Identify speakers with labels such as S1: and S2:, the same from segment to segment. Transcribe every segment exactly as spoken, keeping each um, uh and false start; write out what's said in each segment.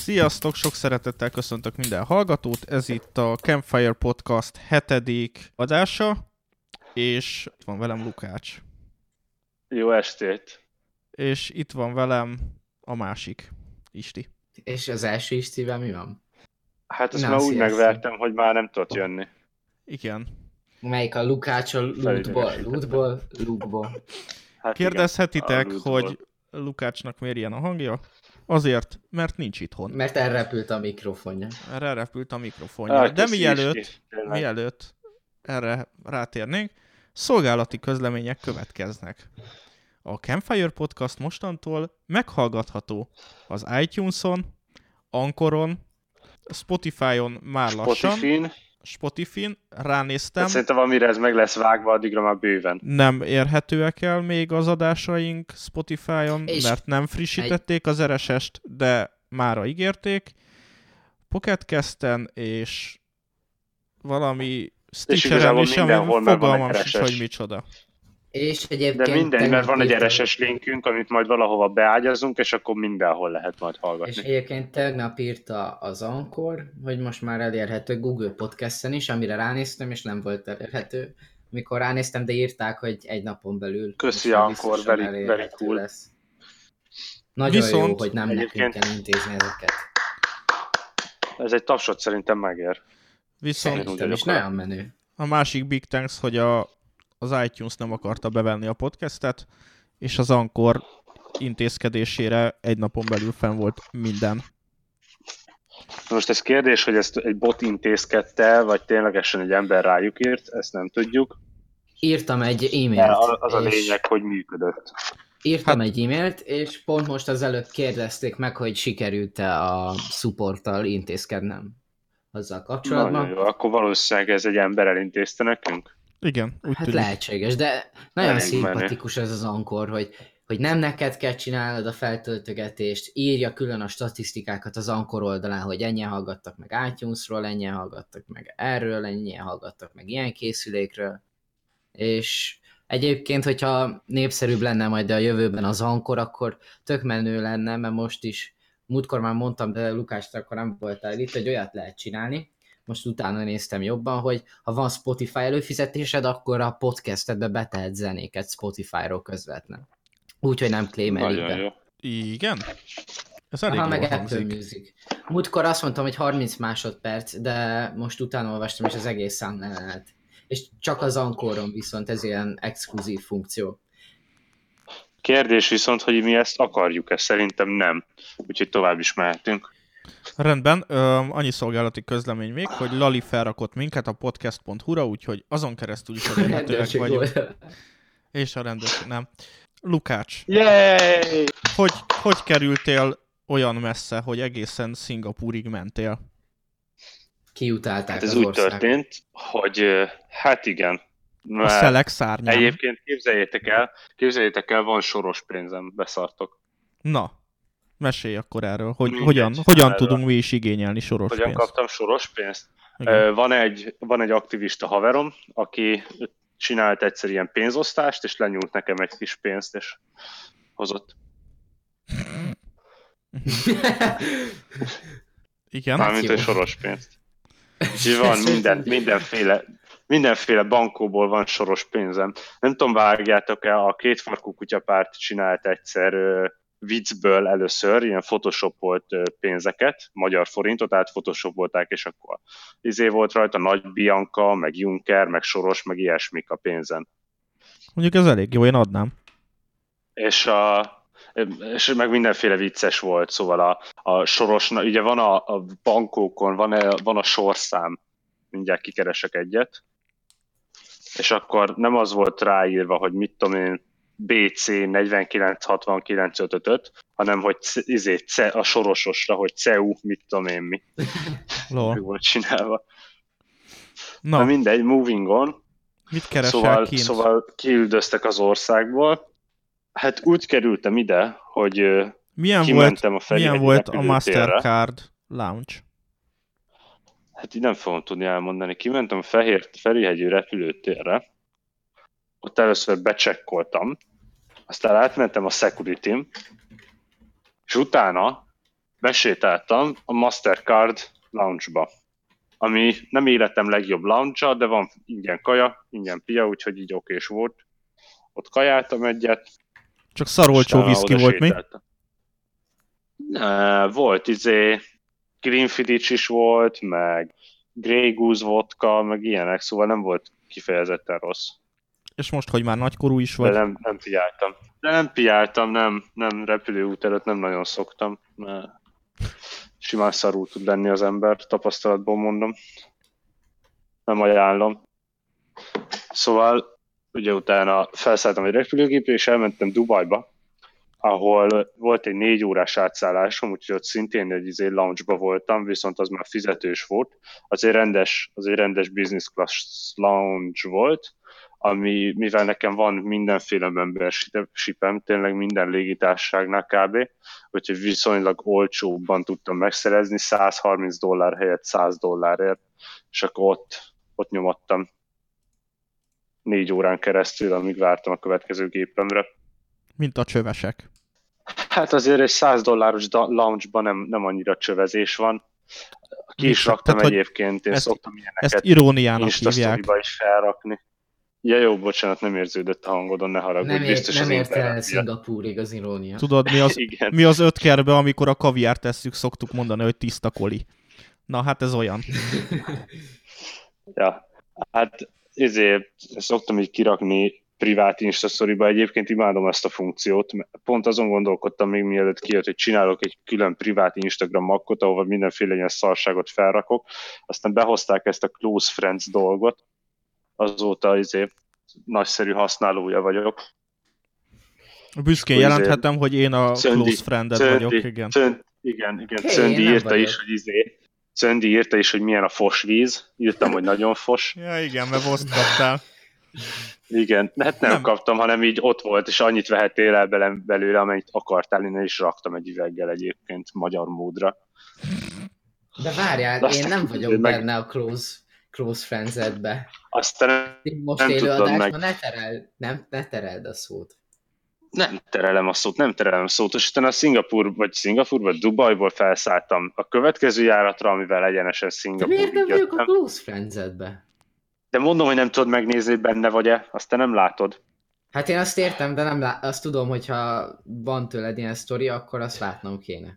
S1: Sziasztok, sok szeretettel köszöntök minden hallgatót, ez itt a Campfire Podcast hetedik adása, és itt van velem Lukács.
S2: Jó estét!
S1: És itt van velem a másik, Isti.
S3: És az első Istivel mi van?
S2: Hát azt
S3: Na,
S2: már úgy
S3: sziasztok.
S2: megvertem, hogy már nem tudott jönni.
S1: Igen.
S3: Melyik a Lukács a lootból? Lootból? Lootból.
S2: Hát
S1: Kérdezhetitek,
S2: igen,
S1: hogy Lukácsnak miért ilyen a hangja? Azért, mert nincs itthon.
S3: Mert elrepült a mikrofonja.
S1: Erre repült a mikrofonja.
S2: Hát,
S1: De
S2: köszi,
S1: mielőtt,
S2: Isti, tényleg.
S1: mielőtt erre rátérnénk, szolgálati közlemények következnek. A Campfire Podcast mostantól meghallgatható az iTunes-on, Anchoron, Spotify-on már lassan,
S2: Spotify-n.
S1: Spotify-n, ránéztem,
S2: Hát szerintem amire ez meg lesz vágva, addigra már bőven.
S1: nem érhetőek el még az adásaink Spotify-on,
S3: És
S1: mert nem frissítették az er es est, de mára ígérték. Pocketcasten és valami Stitcheren
S2: igazából
S1: is, ami
S2: mindenhol meg van
S1: fogalmam
S2: egy
S1: sincs,
S2: er es es.
S1: hogy micsoda.
S3: És egyébként...
S2: De mindegy, mert van egy
S3: tegnap
S2: er es es linkünk, amit majd valahova beágyazunk, és akkor mindenhol lehet majd
S3: És
S2: hallgatni.
S3: egyébként tegnap írta az Anchor, hogy most már elérhető Google Podcasten is, amire ránéztem, és nem volt elérhető. Mikor ránéztem, de írták, hogy egy napon belül
S2: Köszi,
S3: most már
S2: Anchor,
S3: biztosan
S2: very- very
S3: elérhető
S2: cool.
S3: lesz. Nagyon
S1: Viszont
S3: jó, hogy nem nekünk
S2: egyébként-
S3: kell intézni ezeket.
S2: Ez egy tapsot szerintem megér.
S1: Viszont
S2: úgy
S3: Szerintem is
S2: vagyok
S3: nagyon menő.
S1: a másik big thanks, hogy a, az iTunes nem akarta bevenni a podcastet, és az Anchor intézkedésére egy napon belül fenn volt minden.
S2: Most ez kérdés, hogy ezt egy bot intézkedte, vagy ténylegesen egy ember rájuk írt, ezt nem tudjuk.
S3: Írtam egy
S2: De
S3: e-mailt,
S2: az a
S3: és
S2: lényeg, hogy működött.
S3: írtam
S1: Hát-
S3: egy e-mailt, és pont most az előbb kérdezték meg, hogy sikerült-e a supporttal intézkednem azzal
S2: Nagyon
S3: kapcsolatban.
S2: jó, akkor valószínűleg ez egy ember elintézte nekünk.
S1: Igen, úgy
S3: Hát
S1: tűnik.
S3: lehetséges, de nagyon
S2: Elég
S3: szimpatikus ez az Anchor, hogy, hogy nem neked kell csinálnod a feltöltögetést, írja külön a statisztikákat az Anchor oldalán, hogy ennyien hallgattak meg iTunes-ról, ennyien hallgattak meg erről, ennyien hallgattak meg ilyen készülékről, és egyébként, hogyha népszerűbb lenne majd a jövőben az Anchor, akkor tök menő lenne, mert most is, múltkor már mondtam, de Lukács, akkor nem voltál itt, hogy olyat lehet csinálni, most utána néztem jobban, hogy ha van Spotify előfizetésed, akkor a podcastedbe betehet zenéket Spotify-ról közvetlen. Úgyhogy nem claimelik
S2: Nagyon
S3: be.
S2: jó.
S1: Igen? Ez elég
S3: Aha, meg
S1: jól
S3: Apple
S1: hangzik.
S3: Music. Múltkor azt mondtam, hogy harminc másodperc, de most utána olvastam, és az egész szám nem lehet. És csak az Anchoron viszont ez ilyen exkluzív funkció.
S2: Kérdés viszont, hogy mi ezt akarjuk-e? Szerintem nem. Úgyhogy tovább is mehetünk.
S1: Rendben, öm, annyi szolgálati közlemény még, hogy Lali felrakott minket a podcast pont hu-ra, úgyhogy azon keresztül is elérhetőek
S3: Rendőrség
S1: vagyunk.
S3: volt.
S1: És a rendőrség, nem. Lukács,
S2: Yay!
S1: hogy, hogy kerültél olyan messze, hogy egészen Szingapúrig mentél?
S3: Kiutálták
S2: Hát ez
S3: az
S2: úgy
S3: ország.
S2: történt, hogy ö, hát igen.
S1: A
S2: Mert
S1: szelek szárnyán.
S2: egyébként képzeljétek el, képzeljétek el, van soros pénzem, beszartok.
S1: Na, mesélj akkor erről, hogy
S2: Mindegy,
S1: hogyan, hogyan
S2: erről.
S1: tudunk mi is igényelni soros
S2: Hogyan
S1: pénzt.
S2: kaptam soros pénzt?
S1: Igen.
S2: Ö, Van egy, van egy aktivista haverom, aki csinált egyszer ilyen pénzosztást, és lenyúlt nekem egy kis pénzt, és hozott.
S1: Igen.
S2: Mármint
S3: jó.
S2: egy soros pénzt. Úgyhogy van minden, mindenféle, mindenféle bankóból van soros pénzem. Nem tudom, vágjátok-e, a kétfarkú kutyapárt csinált egyszer ö, viccből először, ilyen photoshopolt ö, pénzeket, magyar forintot átphotoshopolták, és akkor izé volt rajta Nagy Bianca, meg Juncker, meg Soros, meg ilyesmik a pénzen.
S1: Mondjuk ez elég jó, én adnám.
S2: És, a, és meg mindenféle vicces volt, szóval a, a Soros, ugye van a, a bankókon, van a, van a sorszám, mindjárt kikeresek egyet, és akkor nem az volt ráírva, hogy mit tudom én, bé cé negyvenkilenc hatvankilenc ötvenöt, hanem hogy c, izé, c, a sorososra, hogy cé e u, mit tudom én mi.
S1: Lol.
S2: Meg volt csinálva. Na,
S1: Na,
S2: mindegy, moving on.
S1: mit keresel
S2: Szóval,
S1: kint?
S2: szóval kiüldöztek az országból. Hát úgy kerültem ide, hogy ö,
S1: milyen volt,
S2: kimentem a Ferihegyi
S1: milyen volt a
S2: repülőtérre.
S1: Mastercard lounge?
S2: Hát így nem fogom tudni elmondani. Kimentem a Fehér, Ferihegyi repülőtérre, ott először becsekkoltam, aztán átmentem a security-n, és utána besétáltam a Mastercard lounge-ba, ami nem életem legjobb lounge-a, de van ingyen kaja, ingyen pia, úgyhogy így okés volt. Ott kajáltam egyet.
S1: Csak szarolcsó viszki volt mi?
S2: Ne, volt izé, Greenfiddich is volt, meg Grey Goose vodka, meg ilyenek, szóval nem volt kifejezetten rossz.
S1: És most, hogy már nagykorú is vagy?
S2: De nem, nem piáltam. De nem piáltam, nem, nem repülőút előtt nem nagyon szoktam, mert simán szarul tud lenni az ember, tapasztalatból mondom. Nem ajánlom. Szóval ugye utána felszálltam egy repülőgépre, és elmentem Dubajba, ahol volt egy négy órás átszállásom, úgyhogy ott szintén egy izé lounge-ba voltam, viszont az már fizetős volt. Az egy rendes, az egy rendes business class lounge volt, ami, mivel nekem van mindenféle membershipem, tényleg minden légitársaságnál kb. Úgyhogy viszonylag olcsóbban tudtam megszerezni, száz harminc dollár helyett száz dollárért, és akkor ott, ott nyomattam négy órán keresztül, amíg vártam a következő gépemre.
S1: Mint a csövesek.
S2: Hát azért egy száz dolláros lounge-ban nem, nem annyira csövezés van. Ki is raktam tehát, egyébként, én
S1: ezt,
S2: szoktam ilyeneket
S1: ezt iróniának
S2: hívják. Is felrakni. Ja jó, bocsánat, nem érződött a hangodon, ne haragudj.
S3: Nem, ér, nem érte el Szingapúrig az irónia.
S1: Tudod, mi az, mi az ötkerbe, amikor a kaviárt tesszük, szoktuk mondani, hogy tiszta koli. Na, hát ez olyan.
S2: Ja, hát ezért szoktam így kirakni privát Insta-sztoriba, egyébként imádom ezt a funkciót, pont azon gondolkodtam még mielőtt kijött, hogy csinálok egy külön privát Instagram akkot, ahova mindenféle ilyen szarságot felrakok, aztán behozták ezt a Close Friends dolgot, azóta izé nagyszerű használója vagyok.
S1: Büszkén jelenthetem, hogy én a Cöndi, Close Friendet vagyok, igen.
S2: Cöndi, igen, igen, hey, Cöndi írta vagyok. is, hogy izé, Cöndi írta is, hogy milyen a fosvíz, írtam, hogy nagyon fos.
S1: Ja igen, mert most kaptál.
S2: Igen, hát nem, nem kaptam, hanem így ott volt, és annyit vehettél el belőle, amennyit akartál, én is raktam egy üveggel egyébként magyar módra.
S3: De várjál, de én nem vagyok meg... benne a Close, close Friends-edbe.
S2: Aztán
S3: most élő adásban ne, terel, nem, ne tereld a szót.
S2: Nem terelem a szót, nem terelem a szót, és utána a Szingapur, vagy Szingapur, vagy Dubajból felszálltam a következő járatra, amivel egyenesen Szingapúrig jöttem.
S3: De miért nem vagyok a Close Friends-edbe?
S2: De mondom, hogy nem tudod megnézni, hogy benne vagy-e, azt te nem látod.
S3: Hát én azt értem, de nem lá- azt tudom, hogyha van tőled ilyen sztori, akkor azt látnom kéne.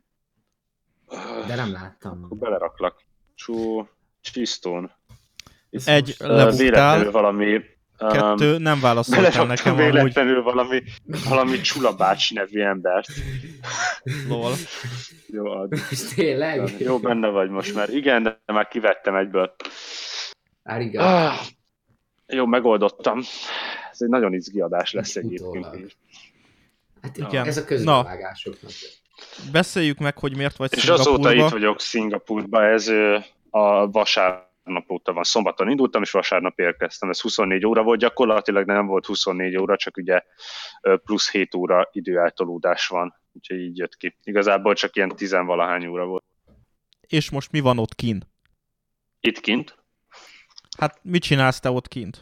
S3: De nem láttam.
S2: Akkor beleraklak. Csú, Csisztón.
S1: Egy lebuktál,
S2: valami,
S1: kettő
S2: um,
S1: nem válaszoltál nekem
S2: véletlenül amúgy. valami, valami Csula bácsi nevű embert.
S1: Lol.
S2: Jó, ad.
S3: Tényleg?
S2: Jó, benne vagy most már. Igen, de már kivettem egyből.
S3: Ah,
S2: jó, megoldottam. Ez egy nagyon izgi adás lesz egyébként.
S3: Hát igen. Ez a közbevágásoknak.
S1: Beszéljük meg, hogy miért vagy
S2: és
S1: Szingapúrba.
S2: És azóta itt vagyok Szingapúrban, ez a vasárnap óta van. Szombaton indultam, és vasárnap érkeztem. Ez huszonnégy óra volt, gyakorlatilag nem volt huszonnégy óra, csak ugye plusz hét óra időeltolódás van. Úgyhogy így jött ki. Igazából csak ilyen tizenvalahány óra volt.
S1: És most mi van ott kint?
S2: Itt kint?
S1: Hát mit csinálsz te ott kint?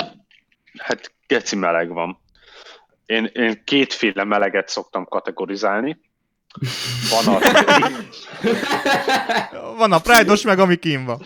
S2: Hát geci meleg van. Én, én kétféle meleget szoktam kategorizálni. Van a...
S1: van a Pride-os meg, ami kint van.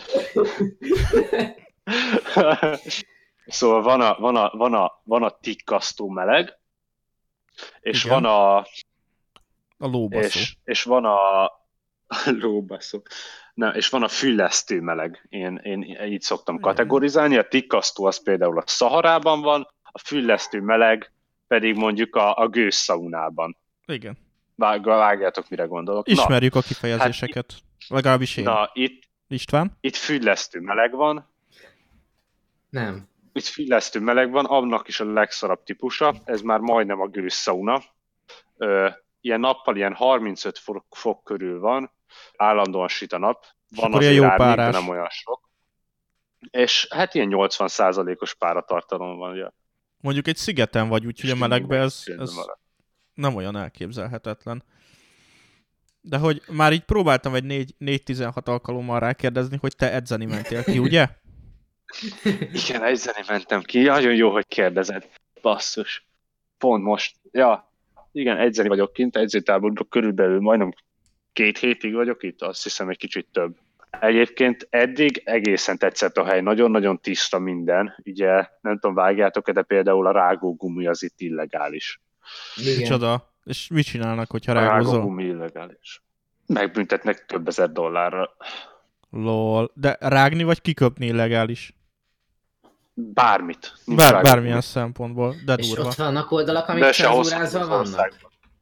S2: Szóval van a, van a, van a, van a tikkasztó meleg, és
S1: igen.
S2: van a...
S1: A lóbaszó.
S2: És, és van a... lóbaszó. Nem, és van a füllesztő meleg. Én, én így szoktam kategorizálni. A tikkasztó az például a Szaharában van, a füllesztő meleg pedig mondjuk a, a gőzszaunában.
S1: Igen.
S2: Vág, vágjátok, mire gondolok.
S1: Ismerjük na, a kifejezéseket. Hát, legalábbis én.
S2: Na, itt,
S1: István?
S2: Itt füllesztő meleg van.
S3: Nem.
S2: Itt füllesztő meleg van, annak is a legszarabb típusa. Ez már majdnem a gőzszauna. Ilyen nappal ilyen harmincöt fok körül van. Állandóan süt a nap. Van azért
S1: jó
S2: árnyék, de nem olyan sok. És hát ilyen nyolcvan százalékos páratartalom van. Ja.
S1: Mondjuk egy szigeten vagy, úgyhogy a melegben ez, ez nem olyan elképzelhetetlen. De hogy már így próbáltam egy négy tizenhat alkalommal rákérdezni, hogy te edzeni mentél ki, ugye?
S2: Igen, edzeni mentem ki. Nagyon jó, hogy kérdezed. Basszus. Pont most. Ja, igen, edzeni vagyok kint, edzőtáborban körülbelül majdnem két hétig vagyok itt, azt hiszem egy kicsit több. Egyébként eddig egészen tetszett a hely, nagyon-nagyon tiszta minden. Ugye nem tudom, vágjátok-e, de például a rágógumi az itt illegális.
S1: Micsoda? És mit csinálnak, hogyha
S2: A
S1: rágózol?
S2: rágógumi illegális. Megbüntetnek több ezer dollárra.
S1: Lol. De rágni vagy kiköpni illegális?
S2: Bármit.
S1: Bár, bármilyen szempontból, de
S3: És
S1: durva.
S3: ott vannak oldalak, amik
S2: De se
S3: cenzúrázva vannak?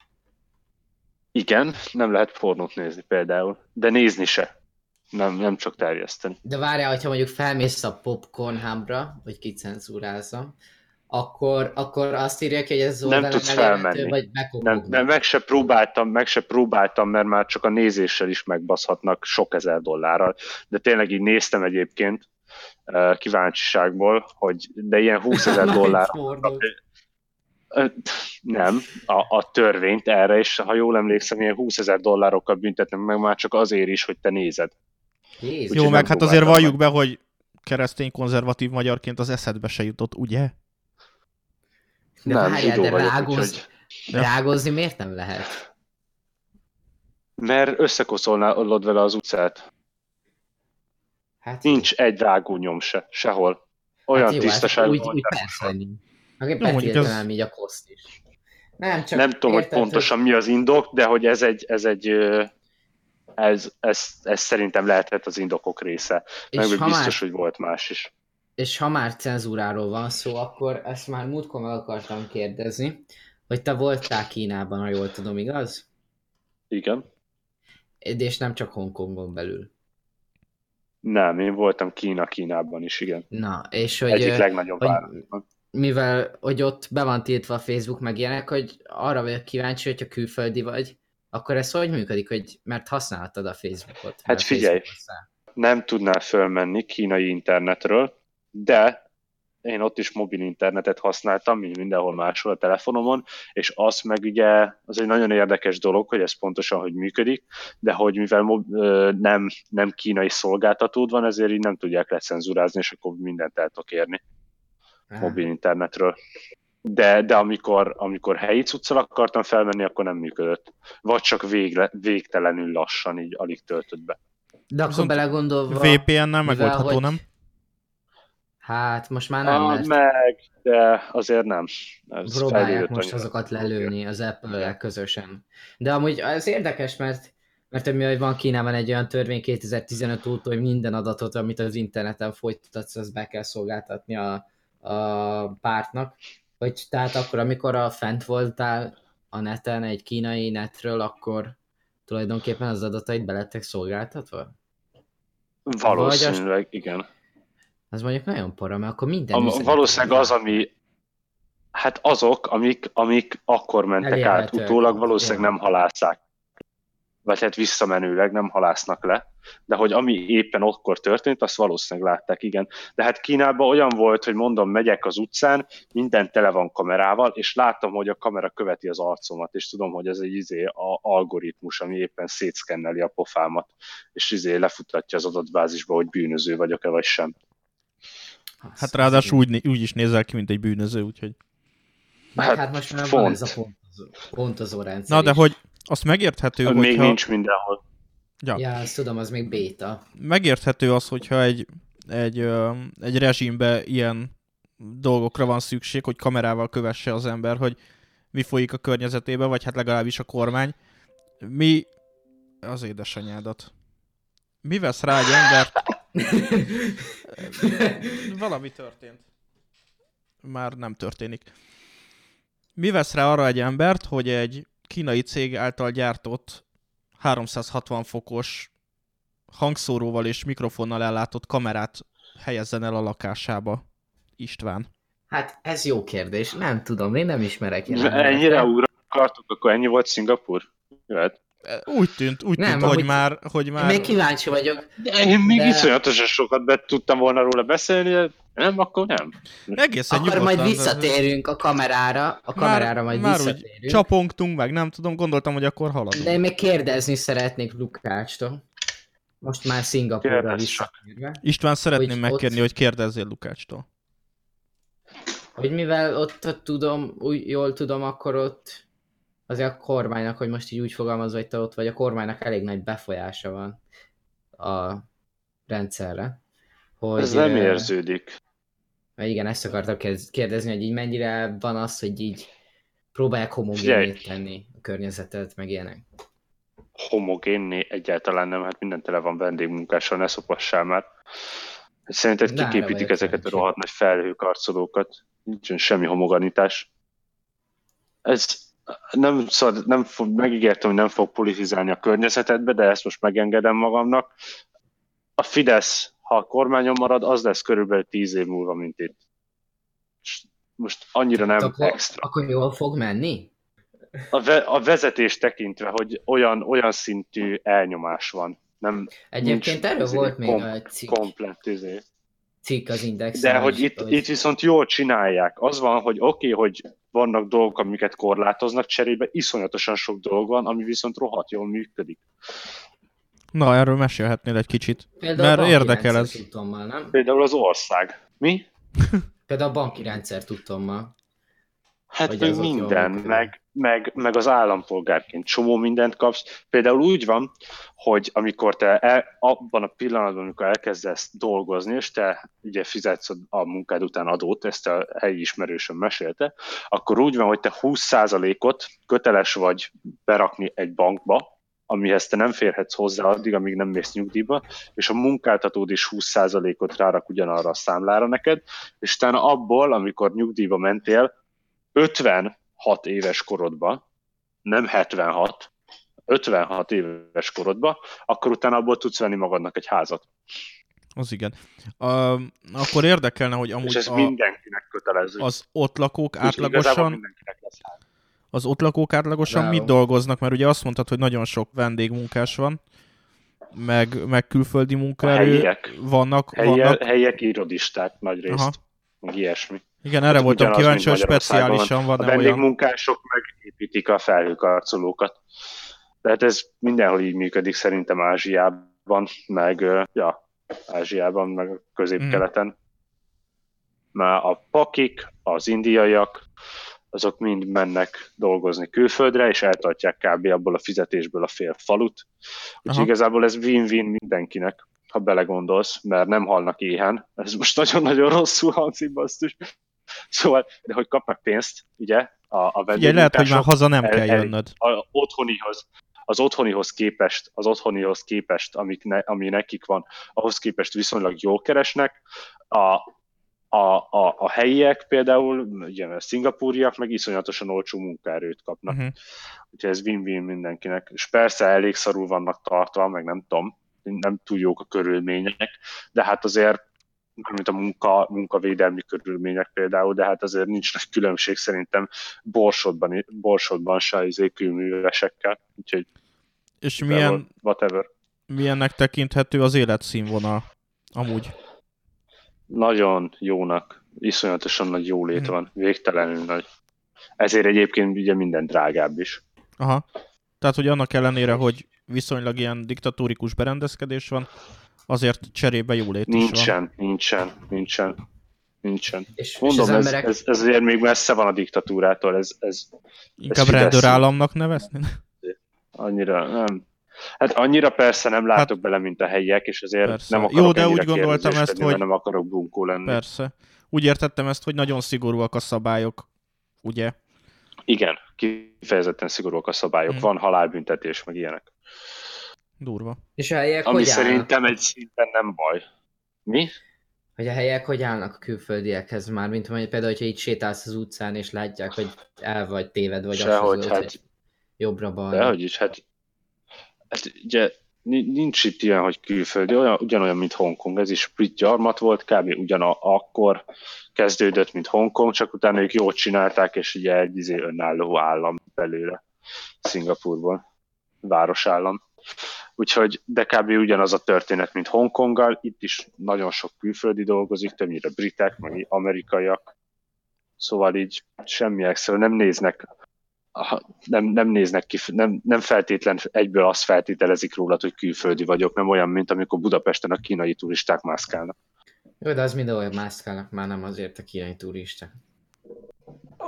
S2: Igen, nem lehet pornót nézni például. De nézni se. Nem, nem csak terjeszteni.
S3: De várjál, hogyha mondjuk felmész a Popcorn Hubra, hogy kicenzúrázza, akkor, akkor azt írják, hogy ez
S2: nem tudsz felmenni.
S3: Vagy
S2: nem, nem, meg se próbáltam, meg se próbáltam, mert már csak a nézéssel is megbaszhatnak sok ezer dollárral. De tényleg így néztem egyébként kíváncsiságból, hogy de ilyen húszezer dollár. Nem, a, a törvényt erre, és ha jól emlékszem, ilyen húszezer dollárokkal büntetnek meg már csak azért is, hogy te nézed.
S1: Jézus. Jó, meg hát azért valljuk be, hogy keresztény konzervatív magyarként az eszedbe se jutott, ugye?
S3: De nem, várjál, de vagyok, rágoz... úgy, hogy... rágozni miért nem lehet?
S2: Mert összekoszolnálod vele az utcát. Hát Nincs jó. egy rágó nyom se, sehol. Olyan hát jó, tisztaság
S3: úgy, úgy persze nincs. Aki betiltanám így a koszt is.
S2: Nem, csak nem tudom, érted, hogy pontosan hogy... mi az indok, de hogy ez egy, ez egy ez, ez, ez szerintem lehetett az indokok része. Meg biztos, már, hogy volt más is.
S3: És ha már cenzúráról van szó, akkor ezt már múltkor meg akartam kérdezni, hogy te voltál Kínában, ha jól tudom, igaz?
S2: Igen.
S3: És nem csak Hongkongon belül.
S2: Nem, én voltam Kína Kínában is, igen.
S3: Na, és hogy...
S2: Egyik legnagyobb
S3: hogy,
S2: városban.
S3: Mivel, hogy ott be van tiltva a Facebook meg ilyenek, hogy arra vagyok kíváncsi, hogyha külföldi vagy, akkor ez hogy működik, hogy mert használtad a Facebookot?
S2: Hát figyelj, Facebook nem tudnál fölmenni kínai internetről, de én ott is mobil internetet használtam, mint mindenhol máshol a telefonomon, és az meg ugye, az egy nagyon érdekes dolog, hogy ez pontosan hogy működik, de hogy mivel mob, nem, nem kínai szolgáltatód van, ezért így nem tudják lecenzúrázni, és akkor mindent el tudok érni mobil internetről. De, de amikor, amikor helyi cuccal akartam felmenni, akkor nem működött. Vagy csak végle, végtelenül lassan, így alig töltött be.
S3: De akkor belegondolva...
S1: vé pé en-nel megoldható, hogy... nem?
S3: Hát most már nem,
S2: ah,
S3: mert...
S2: meg, de azért nem.
S3: Ez próbálják most annyira. Azokat lelőni az Apple-lel közösen. De amúgy ez érdekes, mert mert amivel van Kínában egy olyan törvény kétezer-tizenöt óta, hogy minden adatot, amit az interneten folytatsz, azt be kell szolgáltatni a, a pártnak. Hogy tehát akkor, amikor a fent voltál a neten, egy kínai netről, akkor tulajdonképpen az adatait be lettek szolgáltatva?
S2: Valószínűleg, az... igen.
S3: Az mondjuk nagyon para, mert akkor minden...
S2: A, valószínűleg az, ami... Hát azok, amik, amik akkor mentek Elérhetőek. át, utólag valószínűleg nem halásszák. Vagy hát visszamenőleg nem halásznak le. De hogy ami éppen akkor történt, azt valószínűleg látták, igen. De hát Kínában olyan volt, hogy mondom, megyek az utcán, minden tele van kamerával, és látom, hogy a kamera követi az arcomat, és tudom, hogy ez egy izé, a algoritmus, ami éppen szétszkenneli a pofámat, és izé lefutatja az adatbázisba, hogy bűnöző vagyok-e, vagy sem.
S1: Hát ráadásul úgy, úgy is nézel ki, mint egy bűnöző, úgyhogy...
S3: Hát, hát most már van ez a pontozó, pontozó rendszer.
S1: Na, de is. Hogy azt megérthető,
S2: hogy
S1: hogyha...
S2: Még nincs mindenhol.
S3: Ja. ja, azt tudom, az még béta.
S1: Megérthető az, hogyha egy, egy, egy rezsimbe ilyen dolgokra van szükség, hogy kamerával kövesse az ember, hogy mi folyik a környezetében, vagy hát legalábbis a kormány. Mi... Az édesanyádat. Mi vesz rá egy embert? Valami történt. Már nem történik. Mi vesz rá arra egy embert, hogy egy kínai cég által gyártott háromszázhatvan fokos hangszóróval és mikrofonnal ellátott kamerát helyezzen el a lakásába? István.
S3: Hát ez jó kérdés. Nem tudom, én nem ismerek
S2: ilyen. Ennyire újra akartuk, akkor ennyi volt Szingapur? Jöhet.
S1: Úgy tűnt, úgy nem, tűnt, hogy, már, hogy már...
S3: Még kíváncsi vagyok.
S2: De én még de... iszonyatosan sokat be tudtam volna róla beszélni, nem, akkor nem.
S1: Egészen
S3: akkor
S1: nyugodtan,
S3: majd visszatérünk a kamerára, a kamerára már, majd már visszatérünk.
S1: Csapongtunk meg, nem tudom, gondoltam, hogy akkor haladunk.
S3: De én még kérdezni szeretnék Lukácstól. Most már Szingapúrra visszatérve.
S1: István, szeretném hogy megkérni, ott... hogy kérdezzél Lukácstól.
S3: Hogy mivel ott, ott tudom, úgy jól tudom, akkor ott azért a kormánynak, hogy most így úgy fogalmazva, hogy te ott vagy, a kormánynak elég nagy befolyása van a rendszerre. Hogy,
S2: Ez nem érződik.
S3: Mert igen, ezt akartam kérdezni, hogy így mennyire van az, hogy így próbálják homogénné tenni a környezetet, meg ilyenek.
S2: Homogénné egyáltalán nem, hát minden tele van vendégmunkással, ne szopassál már. Szerinted kik építik ezeket a rohadt nagy felhőkarcolókat? Nincsen semmi homogenitás. Ez nem, szóval nem fog, megígértem, hogy nem fog politizálni a környezetedbe, de ezt most megengedem magamnak. A Fidesz, ha a kormányon marad, az lesz körülbelül tíz év múlva, mint itt. Most annyira nem
S3: akkor,
S2: extra.
S3: Akkor jól fog menni?
S2: A, ve- a vezetés tekintve, hogy olyan, olyan szintű elnyomás van. Nem,
S3: Egyébként erről
S2: izé,
S3: volt még
S2: kom-
S3: a cikk.
S2: Komplett izé.
S3: Cikk az Indexen.
S2: De hogy itt, hogy itt viszont jól csinálják. Az van, hogy oké, okay, hogy vannak dolgok, amiket korlátoznak, cserébe iszonyatosan sok dolog van, ami viszont rohadt jól működik.
S1: Na, erről mesélhetnél egy kicsit.
S3: Például
S1: mert érdekel ez.
S3: Tudtommal, nem?
S2: Például az ország. Mi?
S3: Például a banki rendszer tudtommal.
S2: Hát meg minden, meg, meg, meg az állampolgárként csomó mindent kapsz. Például úgy van, hogy amikor te el, abban a pillanatban, amikor elkezdesz dolgozni, és te ugye fizetsz a munkád után adót, ezt a helyi ismerősöm mesélte, akkor úgy van, hogy te húsz százalékot köteles vagy berakni egy bankba, amihez te nem férhetsz hozzá addig, amíg nem mész nyugdíjba, és a munkáltatód is húsz százalékot rárak ugyanarra a számlára neked, és utána abból, amikor nyugdíjba mentél, ötvenhat éves korodba, nem hetvenhat, ötvenhat éves korodba, akkor utána abból tudsz venni magadnak egy házat.
S1: Az igen. Uh, akkor érdekelne, hogy amúgy
S2: és ez
S1: a,
S2: mindenkinek kötelező.
S1: Az ott lakók átlagosan...
S2: mindenkinek lesz ház.
S1: Az ott lakók átlagosan mit dolgoznak? Mert ugye azt mondtad, hogy nagyon sok vendégmunkás van, meg, meg külföldi munkaerő
S2: helyiek.
S1: vannak.
S2: Helyiek,
S1: vannak...
S2: helyiek irodisták nagy részt, meg ilyesmi.
S1: Igen, erre hát voltam kíváncsi, hogy speciálisan van-e olyan.
S2: A vendégmunkások megépítik a felhőkarcolókat. Tehát ez mindenhol így működik szerintem Ázsiában, meg ja, Ázsiában, meg Közép-Keleten. Mm. Már a pakik, az indiaiak, azok mind mennek dolgozni külföldre, és eltartják kb. Abból a fizetésből a fél falut. Úgyhogy igazából ez win-win mindenkinek, ha belegondolsz, mert nem halnak éhen. Ez most nagyon-nagyon rosszul hangzik, basszus. Szóval, de hogy kapnak pénzt, ugye, a, a vendégmunkások.
S1: Ugye lehet, hogy már haza nem el, kell jönnöd.
S2: El, a, otthonihoz, az otthonihoz képest, az otthonihoz képest, amik ne, ami nekik van, ahhoz képest viszonylag jól keresnek. A, A, a, a helyiek például, ugye a szingapúriak meg iszonyatosan olcsó munkaerőt kapnak. Uh-huh. Úgyhogy ez win-win mindenkinek. És persze elég szarul vannak tartva, meg nem tudom, nem túl jók a körülmények, de hát azért, mint a munka, munkavédelmi körülmények például, de hát azért nincs nagy különbség szerintem Borsodban, Borsodban se kőművesekkel. Úgyhogy
S1: és milyen,
S2: whatever.
S1: Milyennek tekinthető az életszínvonal amúgy?
S2: Nagyon jónak, iszonyatosan nagy jólét hmm. van, végtelenül nagy. Ezért egyébként ugye minden drágább is.
S1: Aha. Tehát, hogy annak ellenére, hogy viszonylag ilyen diktatórikus berendezkedés van, azért cserébe jólét
S2: nincsen,
S1: is van.
S2: Nincsen, nincsen, nincsen.
S3: És,
S2: Mondom,
S3: és
S2: ez,
S3: emberek...
S2: ez, ez azért még messze van a diktatúrától. Ez, ez,
S1: Inkább rendőrállamnak nevezni?
S2: Annyira nem. Hát annyira persze nem látok hát, bele, mint a helyiek, és azért persze. Nem akarok
S1: Jó, de úgy gondoltam ezt, hogy...
S2: nem akarok bunkó lenni.
S1: Persze. Úgy értettem ezt, hogy nagyon szigorúak a szabályok, ugye?
S2: Igen, kifejezetten szigorúak a szabályok. Hmm. Van halálbüntetés, meg ilyenek.
S1: Durva.
S3: És a helyiek
S2: Ami
S3: hogy
S2: szerintem
S3: állnak?
S2: Egy szinten nem baj. Mi?
S3: Hogy a helyiek hogy állnak a külföldiekhez már, mint hogy például, hogyha így sétálsz az utcán, és látják, hogy el vagy téved, vagy
S2: Sehogy, hát...
S3: hogy jobbra-balra.
S2: Dehogy is, hát... Hát ugye nincs itt ilyen, hogy külföldi, olyan, ugyanolyan, mint Hongkong. Ez is brit gyarmat volt, kb. Ugyanakkor kezdődött, mint Hongkong, csak utána ők jól csinálták, és ugye egy izé önálló állam belőle Szingapurból, városállam. Úgyhogy, de kb. Ugyanaz a történet, mint Hongkonggal, itt is nagyon sok külföldi dolgozik, többnyire britek, meg amerikaiak. Szóval így semmi extra, nem néznek Nem, nem néznek ki, nem, nem feltétlen egyből azt feltételezik rólad, hogy külföldi vagyok, nem olyan, mint amikor Budapesten a kínai turisták mászkálnak.
S3: Jó, de az mindenhol mászkálnak, már nem azért a kínai turisták.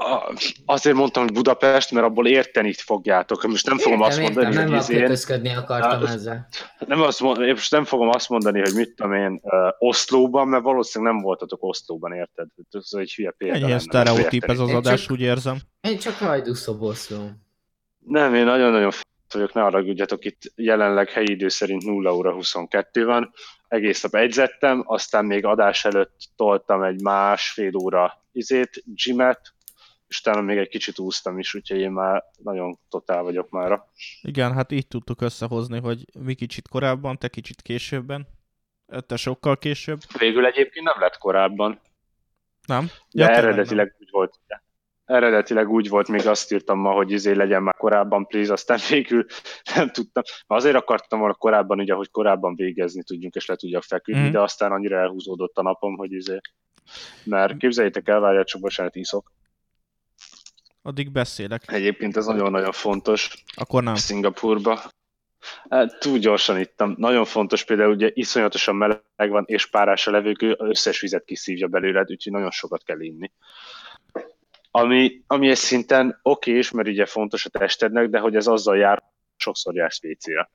S2: Azért mondtam, hogy Budapest, mert abból érteni fogjátok. Most nem fogom
S3: értem,
S2: azt mondani,
S3: értem,
S2: hogy
S3: nem
S2: izén...
S3: kötözködni akartam ezzel.
S2: Nem azt mond, én most nem fogom azt mondani, hogy mit tudom én, uh, Oszlóban, mert valószínűleg nem voltatok Oszlóban, érted? Ez egy hülye példa
S1: Ennyi
S2: lenne.
S1: sztereotíp ez az
S3: Én
S1: adás,
S3: csak-
S1: úgy érzem.
S3: Én csak hajdúszob Oszló.
S2: Nem, én nagyon-nagyon f*** vagyok, ne haragudjatok, itt jelenleg helyi idő szerint nulla óra huszonkettő van. Egész nap edzettem, aztán még adás előtt toltam egy másfél óra izét, gymet, és utána még egy kicsit úsztam is, úgyhogy én már nagyon totál vagyok mára.
S1: Igen, hát így tudtuk összehozni, hogy mi kicsit korábban, te kicsit későbben. Te sokkal később.
S2: Végül egyébként nem lett korábban.
S1: Nem?
S2: De
S1: tényleg
S2: eredetileg
S1: nem.
S2: úgy volt. Eredetileg úgy volt, még azt írtam ma, hogy izé legyen már korábban, please, aztán végül nem tudtam. Azért akartam volna korábban, ugye, hogy korábban végezni tudjunk, és le tudjak feküdni,
S1: Mhm.
S2: de aztán annyira elhúzódott a napom, hogy izé... Mert képzeljétek el, várjál, csak bocsánat, iszok.
S1: Addig beszélek.
S2: Egyébként ez nagyon-nagyon fontos
S1: Akkor nem.
S2: Szingapurba. Hát, túl gyorsan ittam. Nagyon fontos, például ugye iszonyatosan meleg van, és párás a levegő, összes vizet kiszívja belőled, úgyhogy nagyon sokat kell inni. Ami, ami egy szinten okés, mert ugye fontos a testednek, de hogy ez azzal jár, sokszor jársz vécére.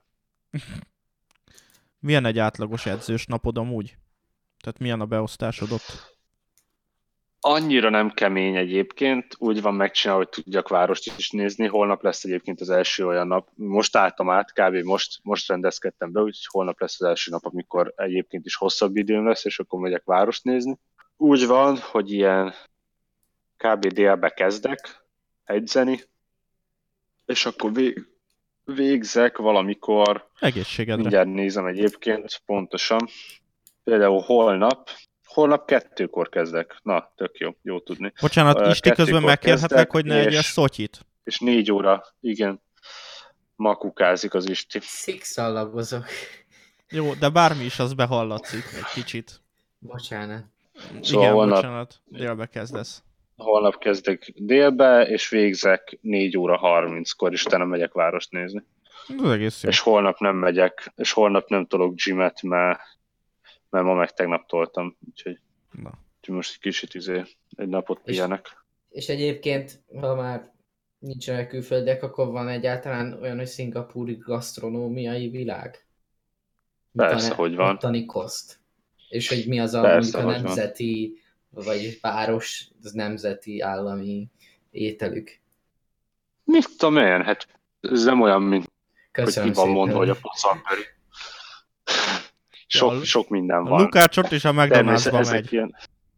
S1: Milyen egy átlagos edzős napod amúgy? Tehát milyen a beosztásod ott?
S2: Annyira nem kemény egyébként, úgy van megcsinálva, hogy tudjak várost is nézni. Holnap lesz egyébként az első olyan nap. Most álltam át, kb. most, most rendezkedtem be, úgyhogy holnap lesz az első nap, amikor egyébként is hosszabb időm lesz, és akkor megyek várost nézni. Úgy van, hogy ilyen kb. Délbe kezdek edzeni, és akkor vég, végzek valamikor,
S1: Egészségedre.
S2: mindjárt nézem egyébként pontosan, például holnap, holnap kettőkor kezdek. Na, tök jó, jó tudni.
S1: Bocsánat,
S2: Ö,
S1: Isti közben
S2: kettőkor
S1: megkérhetlek,
S2: kezdek,
S1: hogy ne
S2: és-
S1: egyes szotyit.
S2: És négy óra, igen, ma kukázik az Isti.
S3: Szikszallagozok.
S1: Jó, de bármi is, az behallatszik egy kicsit.
S3: Bocsánat.
S2: Szóval
S1: Igen,
S2: holnap-
S1: bocsánat, délbe kezdesz.
S2: Holnap kezdek délbe, és végzek négy óra harminckor, és utána megyek várost nézni.
S1: Ez egész jó.
S2: És holnap nem megyek, és holnap nem tolok gymet, mert, mert ma meg tegnap toltam, úgyhogy,
S1: Na.
S2: úgyhogy most egy kicsit izé, egy napot
S3: És-
S2: pihenek.
S3: És egyébként, ha már nincsenek külföldiek, akkor van egyáltalán olyan, hogy szingapúri gasztronómiai világ?
S2: Persze,
S3: Van-e
S2: hogy van.
S3: ottani koszt? És hogy mi az a,
S2: Persze,
S3: mondjuk a
S2: hogy van.
S3: nemzeti, vagy város, az nemzeti állami ételük?
S2: Mit tudom én, hát ez nem olyan, mint
S3: Köszönöm
S2: hogy ki van
S3: szépen.
S2: mondva, hogy a paszalpöri.
S1: Ja,
S2: Sok, sok minden
S1: A
S2: van.
S1: Lukácsot és a
S2: Természetesen
S1: McDonald'sba
S2: ezek
S1: megy.
S2: ilyen...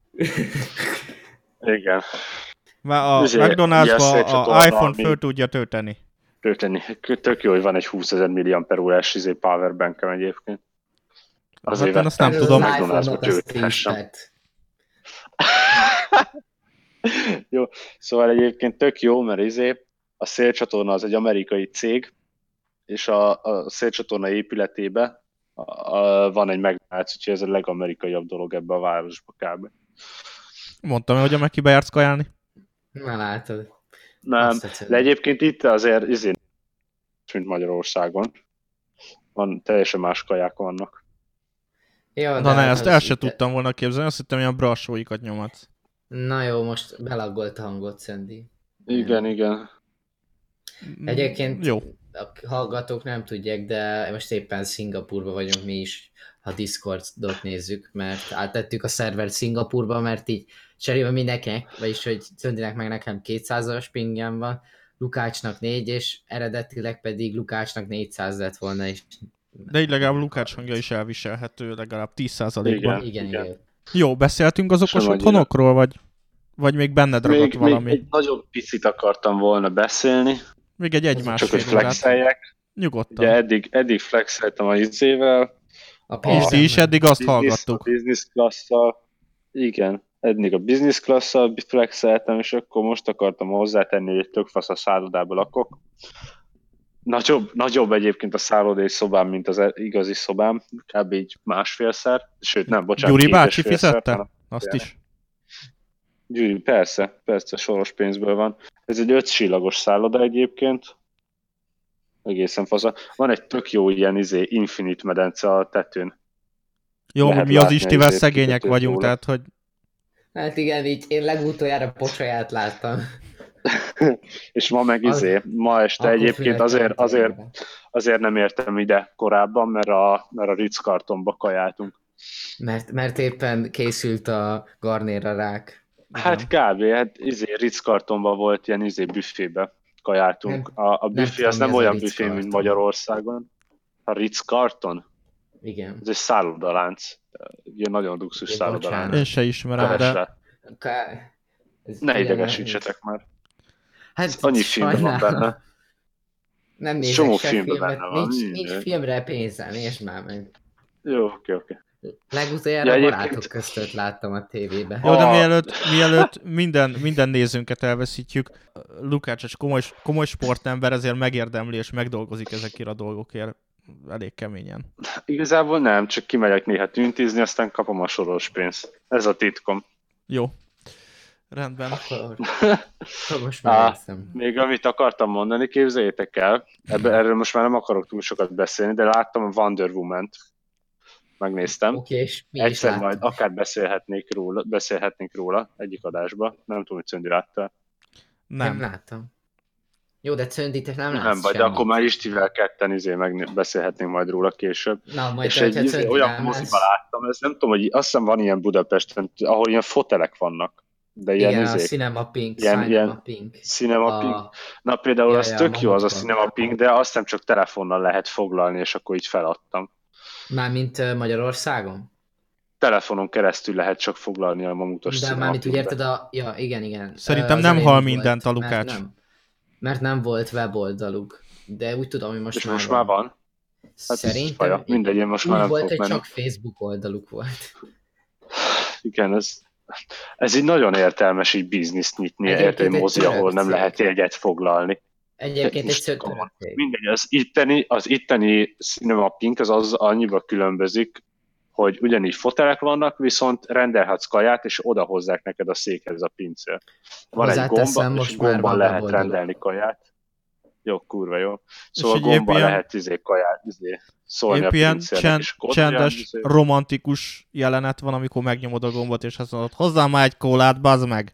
S2: Igen.
S1: Mert a
S2: Ugye, ugye a
S1: McDonald'sba
S2: szélcsatorna,
S1: a iPhone
S2: ami-
S1: föl tudja tölteni.
S2: Tölteni. Tök jó, hogy van egy húszezer milliampere órás izé powerbankem egyébként. Azért
S1: Hát én azt nem
S2: vettem,
S1: tudom.
S2: hogy
S3: Az
S2: McDonald'sba
S3: iPhone-ot azt
S2: tölthessem.
S3: téspet.
S2: Jó, szóval egyébként tök jó, mert izé, a szélcsatorna az egy amerikai cég, és a, a szélcsatorna épületébe a, a, van egy McDonald's, úgyhogy ez a legamerikaiabb dolog ebbe a városba kb.
S1: Mondtam, hogy a Mekibe jársz kajálni.
S3: Na látod.
S2: Nem,
S3: Azt tetszett.
S2: de egyébként itt azért izé, mint Magyarországon. Van, teljesen más kaják vannak.
S3: Jó,
S1: Na
S3: de
S1: ne,
S3: hát
S1: ezt
S3: az
S1: el se
S3: itt-
S1: tudtam volna képzelni, azt hittem, ilyen brassóikat nyomatsz.
S3: Na jó, most belaggolt a hangot, Szendi.
S2: Igen, igen.
S3: Egyébként
S1: Jó.
S3: a hallgatók nem tudják, de most éppen Szingapurban vagyunk mi is, ha Discordot nézzük, mert áttettük a szervert Szingapurba, mert így cserébe mindenkinek, vagyis hogy Szöndinek meg nekem kétszázas pingem van, Lukácsnak négy, és eredetileg pedig Lukácsnak négyszáz lett volna, és
S1: De így legalább Lukács hangja is elviselhető, legalább tíz százalékban.
S2: Igen.
S3: igen, igen.
S1: Jó, beszéltünk az okos
S2: Sem
S1: otthonokról, vagy, vagy még benned ragadt
S2: Még,
S1: valami?
S2: még egy nagyon picit akartam volna beszélni,
S1: Még egy egy
S2: csak hogy
S1: másfél órát.
S2: flexeljek.
S1: Nyugodtan.
S2: Ugye eddig, eddig flexeltem a izével,
S3: A
S1: És
S3: pénzem
S1: ti is
S3: nem.
S1: eddig azt
S2: business, a
S1: hallgattuk.
S2: business class-szal, igen, eddig a business class-szal flexeltem, és akkor most akartam hozzátenni, hogy egy tök fasz a szállodában lakok. Nagyobb, nagyobb egyébként a szállodai szobám, mint az igazi szobám, kb. Így másfélszer, sőt nem, bocsánat,
S1: Gyuri
S2: két és
S1: bácsi
S2: félszer,
S1: fizette?
S2: hanem-
S1: Azt is.
S2: Gyuri, persze, persze, soros pénzből van. Ez egy öt csillagos szálloda egyébként, egészen fasza. Van egy tök jó ilyen izé, infinite medence a tetőn.
S1: Jó,
S2: Lehet
S1: mi az
S2: látni
S1: Istivel
S2: azért
S1: szegények
S2: kikötőt
S1: vagyunk,
S2: róla.
S1: tehát hogy
S3: Hát igen, így én legutoljára Pocsolyát láttam.
S2: És ma meg izé, ma este
S3: Akkor
S2: egyébként azért,
S3: fülekkel
S2: azért,
S3: tévében.
S2: azért nem értem ide korábban, mert a, mert a Ritz-kartonba kajáltunk.
S3: Mert, mert éppen készült a garnéra rák.
S2: Hát kb. Hát izé, Ritz-kartonban volt ilyen izé büfébe kajáltunk.
S3: Nem,
S2: A, a
S3: nem
S2: büfé
S3: tudom,
S2: az
S3: mi
S2: nem
S3: az a
S2: olyan büfé, mint
S3: Ritz-karton.
S2: Magyarországon. A Ritz-karton?
S3: Igen.
S2: Ez egy szállodalánc. Ilyen nagyon luxus
S3: Én
S2: szállodalánc.
S3: bocsánat.
S1: Én se ismerem,
S2: Keres
S1: de...
S2: rá.
S3: Ká- ez
S2: Ne
S3: ilyen-
S2: idegesítsetek már.
S3: Hát
S2: Annyi filmben van
S3: sajnálom.
S2: benne.
S3: Nem
S2: Ez
S3: nézek
S2: csomó
S3: se
S2: filmben
S3: filmet,
S2: benne van.
S3: nincs,
S2: Nincs.
S3: nincs filmre pénzem, nézd már meg.
S2: Jó, oké, oké.
S3: Legutoljára
S2: Ja,
S3: ja,
S2: egyébként-
S3: barátok között láttam a tévébe.
S1: Jó, de
S2: A-
S1: mielőtt, mielőtt minden, minden nézőnket elveszítjük, Lukács egy komoly, komoly sportember, ezért megérdemli és megdolgozik ezekért a dolgokért elég keményen.
S2: Igazából nem, csak kimegyek néha tüntizni, aztán kapom a soros pénzt. Ez a titkom.
S1: Jó. Rendben.
S3: Akkor, akkor most
S2: Á,
S3: megnéztem.
S2: Még amit akartam mondani, képzeljétek el, ebbe, erről most már nem akarok túl sokat beszélni, de láttam a Wonder Woman-t. Megnéztem.
S3: Oké, és mi is
S2: Egyszer majd
S3: láttuk.
S2: akár beszélhetnék róla, beszélhetnénk róla egyik adásba. Nem tudom, hogy Czöndi látta.
S3: Nem.
S1: Nem.
S3: láttam. Jó, de Czöndit nem látsz
S2: Nem, vagy de
S3: semmit.
S2: akkor már Istivel ketten izé meg beszélhetnénk majd róla később.
S3: Na, majd
S2: És
S3: te,
S2: egy
S3: hogyha
S2: izé,
S3: Czöndi
S2: olyan
S3: nem
S2: moziba
S3: lesz.
S2: láttam, ez nem tudom, hogy azt hiszem van ilyen Budapesten, ahol ilyen fotelek vannak. De ilyen
S3: Igen, a
S2: izék,
S3: Cinema Pink,
S2: ilyen-
S3: Cinema
S2: ilyen-
S3: Pink.
S2: Cinema Pink.
S3: A...
S2: Na például
S3: Ja,
S2: az
S3: ja,
S2: tök jó az a
S3: Mamutban.
S2: Cinema Pink, de azt nem csak telefonnal lehet foglalni, és akkor így feladtam.
S3: Mármint ö, Magyarországon?
S2: Telefonon keresztül lehet csak foglalni a mamutos
S3: De
S2: Cinema
S3: mármint úgy
S2: Pinkbe.
S3: érted a... Ja, igen, igen.
S1: Szerintem
S3: Az
S1: nem
S3: elején
S1: hal
S3: volt,
S1: mindent a
S3: mert
S1: Lukács.
S3: nem, mert nem volt weboldaluk. De úgy tudom, hogy most
S2: És
S3: már
S2: most
S3: van.
S2: már van. Hát
S3: Szerintem
S2: faja. Mindegy, én most
S3: úgy
S2: már nem
S3: volt,
S2: fogok
S3: hogy
S2: menni.
S3: csak Facebook oldaluk volt.
S2: Igen, ez, ez így nagyon értelmes így bizniszt nyitni,
S3: Egyébként
S2: érted, egy
S3: egy
S2: mozi,
S3: török
S2: ahol nem
S3: cég.
S2: lehet jegyet foglalni.
S3: Egyébként egy
S2: Most
S3: szöntörök
S2: komolyan.
S3: cég.
S2: Mindegy, az itteni, az itteni Cinema Pink az, az annyiba különbözik, hogy ugyanígy fotelek vannak, viszont rendelhetsz kaját, és oda hozzák neked a székhez a pincér. Van egy
S3: Hozzáteszem,
S2: gomba, és
S3: most már
S2: gomban
S3: van
S2: lehet
S3: weboldaluk.
S2: rendelni kaját. Jó, kurva jó. Szóval
S1: egy épp
S2: gomban
S1: ilyen-
S2: lehet izé kaját, izé, szólni
S1: Épp
S2: a
S1: ilyen
S2: pincérnek,
S1: csend,
S2: és akkor ott
S1: csendes,
S2: olyan, izé,
S1: romantikus jelenet van, amikor megnyomod a gombot, és azt mondod, hozzá már egy kólát, bazd meg!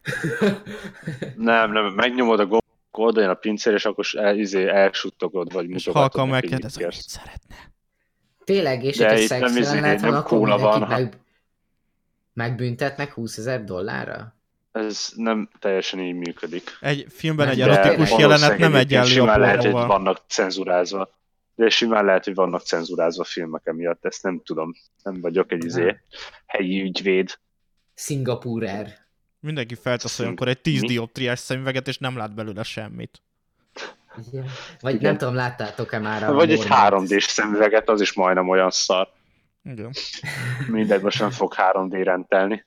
S2: Nem, nem, megnyomod a gombot, akkor oda jön a pincér, és akkor el, izé, elsuttogod, vagy
S1: És
S2: mutogatod
S1: halkan
S2: neki,
S1: megkérdez,
S2: mit
S1: hogy mit
S2: kérsz.
S1: szeretne.
S3: Tényleg, és
S2: De
S3: hogyha
S2: itt nem izé,
S3: szexelen lehet,
S2: nem
S3: akkor
S2: kóla
S3: mindenkit
S2: van,
S3: meg... megbüntetnek húszezer dollárra?
S2: Ez nem teljesen így működik.
S1: Egy filmben egy
S3: De
S1: erotikus
S3: valószínűleg
S1: jelenet nem
S2: egyébként
S1: egyenlő a
S2: simán lehet, hogy
S1: pornóval.
S2: vannak cenzurázva. De simán lehet, hogy vannak cenzurázva filmek emiatt, ezt nem tudom. Nem vagyok egy izé, helyi ügyvéd.
S3: Szingapúrer.
S1: Mindenki feltesz
S2: Szint-
S1: olyankor egy tíz
S2: mi?
S1: dioptriás szemüveget, és nem lát belőle semmit.
S3: Igen. Vagy
S2: Igen.
S3: nem tudom, láttátok-e már a
S2: Vagy egy
S3: Mormont?
S2: három dés szemüveget, az is majdnem olyan szar.
S1: Igen.
S2: Mindegy, most nem fog három dé rendelni.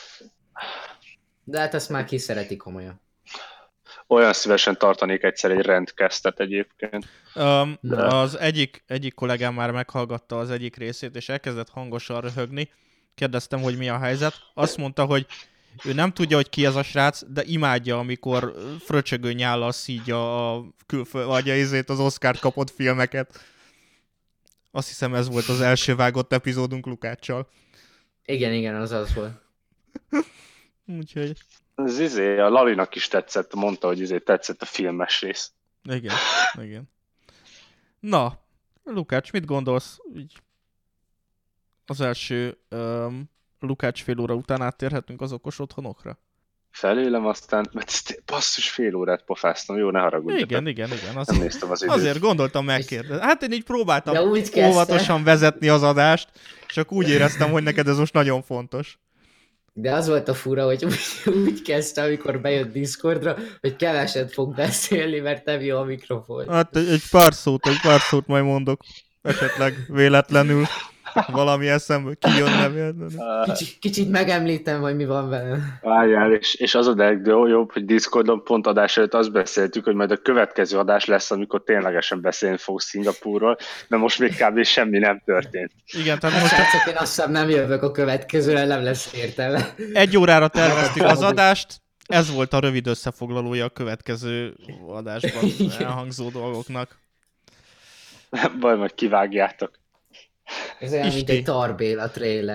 S3: De hát ezt már ki szereti komolyan.
S2: Olyan szívesen tartanék egyszer egy rendkeztet egyébként.
S1: Um,
S2: De-
S1: az egyik, egyik kollégám már meghallgatta az egyik részét, és elkezdett hangosan röhögni. Kérdeztem, hogy mi a helyzet. Azt mondta, hogy ő nem tudja, hogy ki ez a srác, de imádja, amikor fröcsögő nyállal szídja a külföld, vagy a izét, az Oscar kapott filmeket. Azt hiszem, ez volt az első vágott epizódunk Lukáccsal.
S3: Igen, igen, az az volt.
S1: Úgyhogy,
S2: Az izé, a Lalinak is tetszett, mondta, hogy izé tetszett a filmes rész.
S1: igen, igen. Na, Lukács, mit gondolsz? Így az első um, Lukács fél óra után áttérhetünk az okos otthonokra?
S2: Felélem aztán, mert ezt basszus fél órát pofáztam, jó, ne haragudjatok.
S1: Igen, igen, igen.
S2: Nem
S1: Azért,
S2: néztem az időt.
S1: azért gondoltam megkérdezni. Hát én így próbáltam
S3: De úgy kezdte.
S1: óvatosan vezetni az adást, csak úgy éreztem, hogy neked ez most nagyon fontos.
S3: De az volt a fura, hogy úgy, úgy kezdte, amikor bejött Discordra, hogy keveset fog beszélni, mert nem jó a mikrofon.
S1: Hát egy, egy pár szót, egy pár szót majd mondok. Esetleg véletlenül valami eszembe kijönne véletlenül.
S3: Kicsit, kicsit megemlítem, hogy mi van velem.
S2: Várjál, és, és az a legjobb, hogy Discordon pont adás előtt azt beszéltük, hogy majd a következő adás lesz, amikor ténylegesen beszélni fogsz Szingapúrról, de most még kb. Semmi nem történt.
S1: Igen, tehát
S3: Hát
S1: most
S3: srácok, én azt hiszem nem jövök a következőre, nem lesz értelme.
S1: egy órára terveztük az adást, ez volt a rövid összefoglalója a következő adásban elhangzó dolgoknak.
S2: Baj, majd kivágjátok.
S3: Ez olyan, mint
S1: Isti.
S3: egy Tarbél a trailer.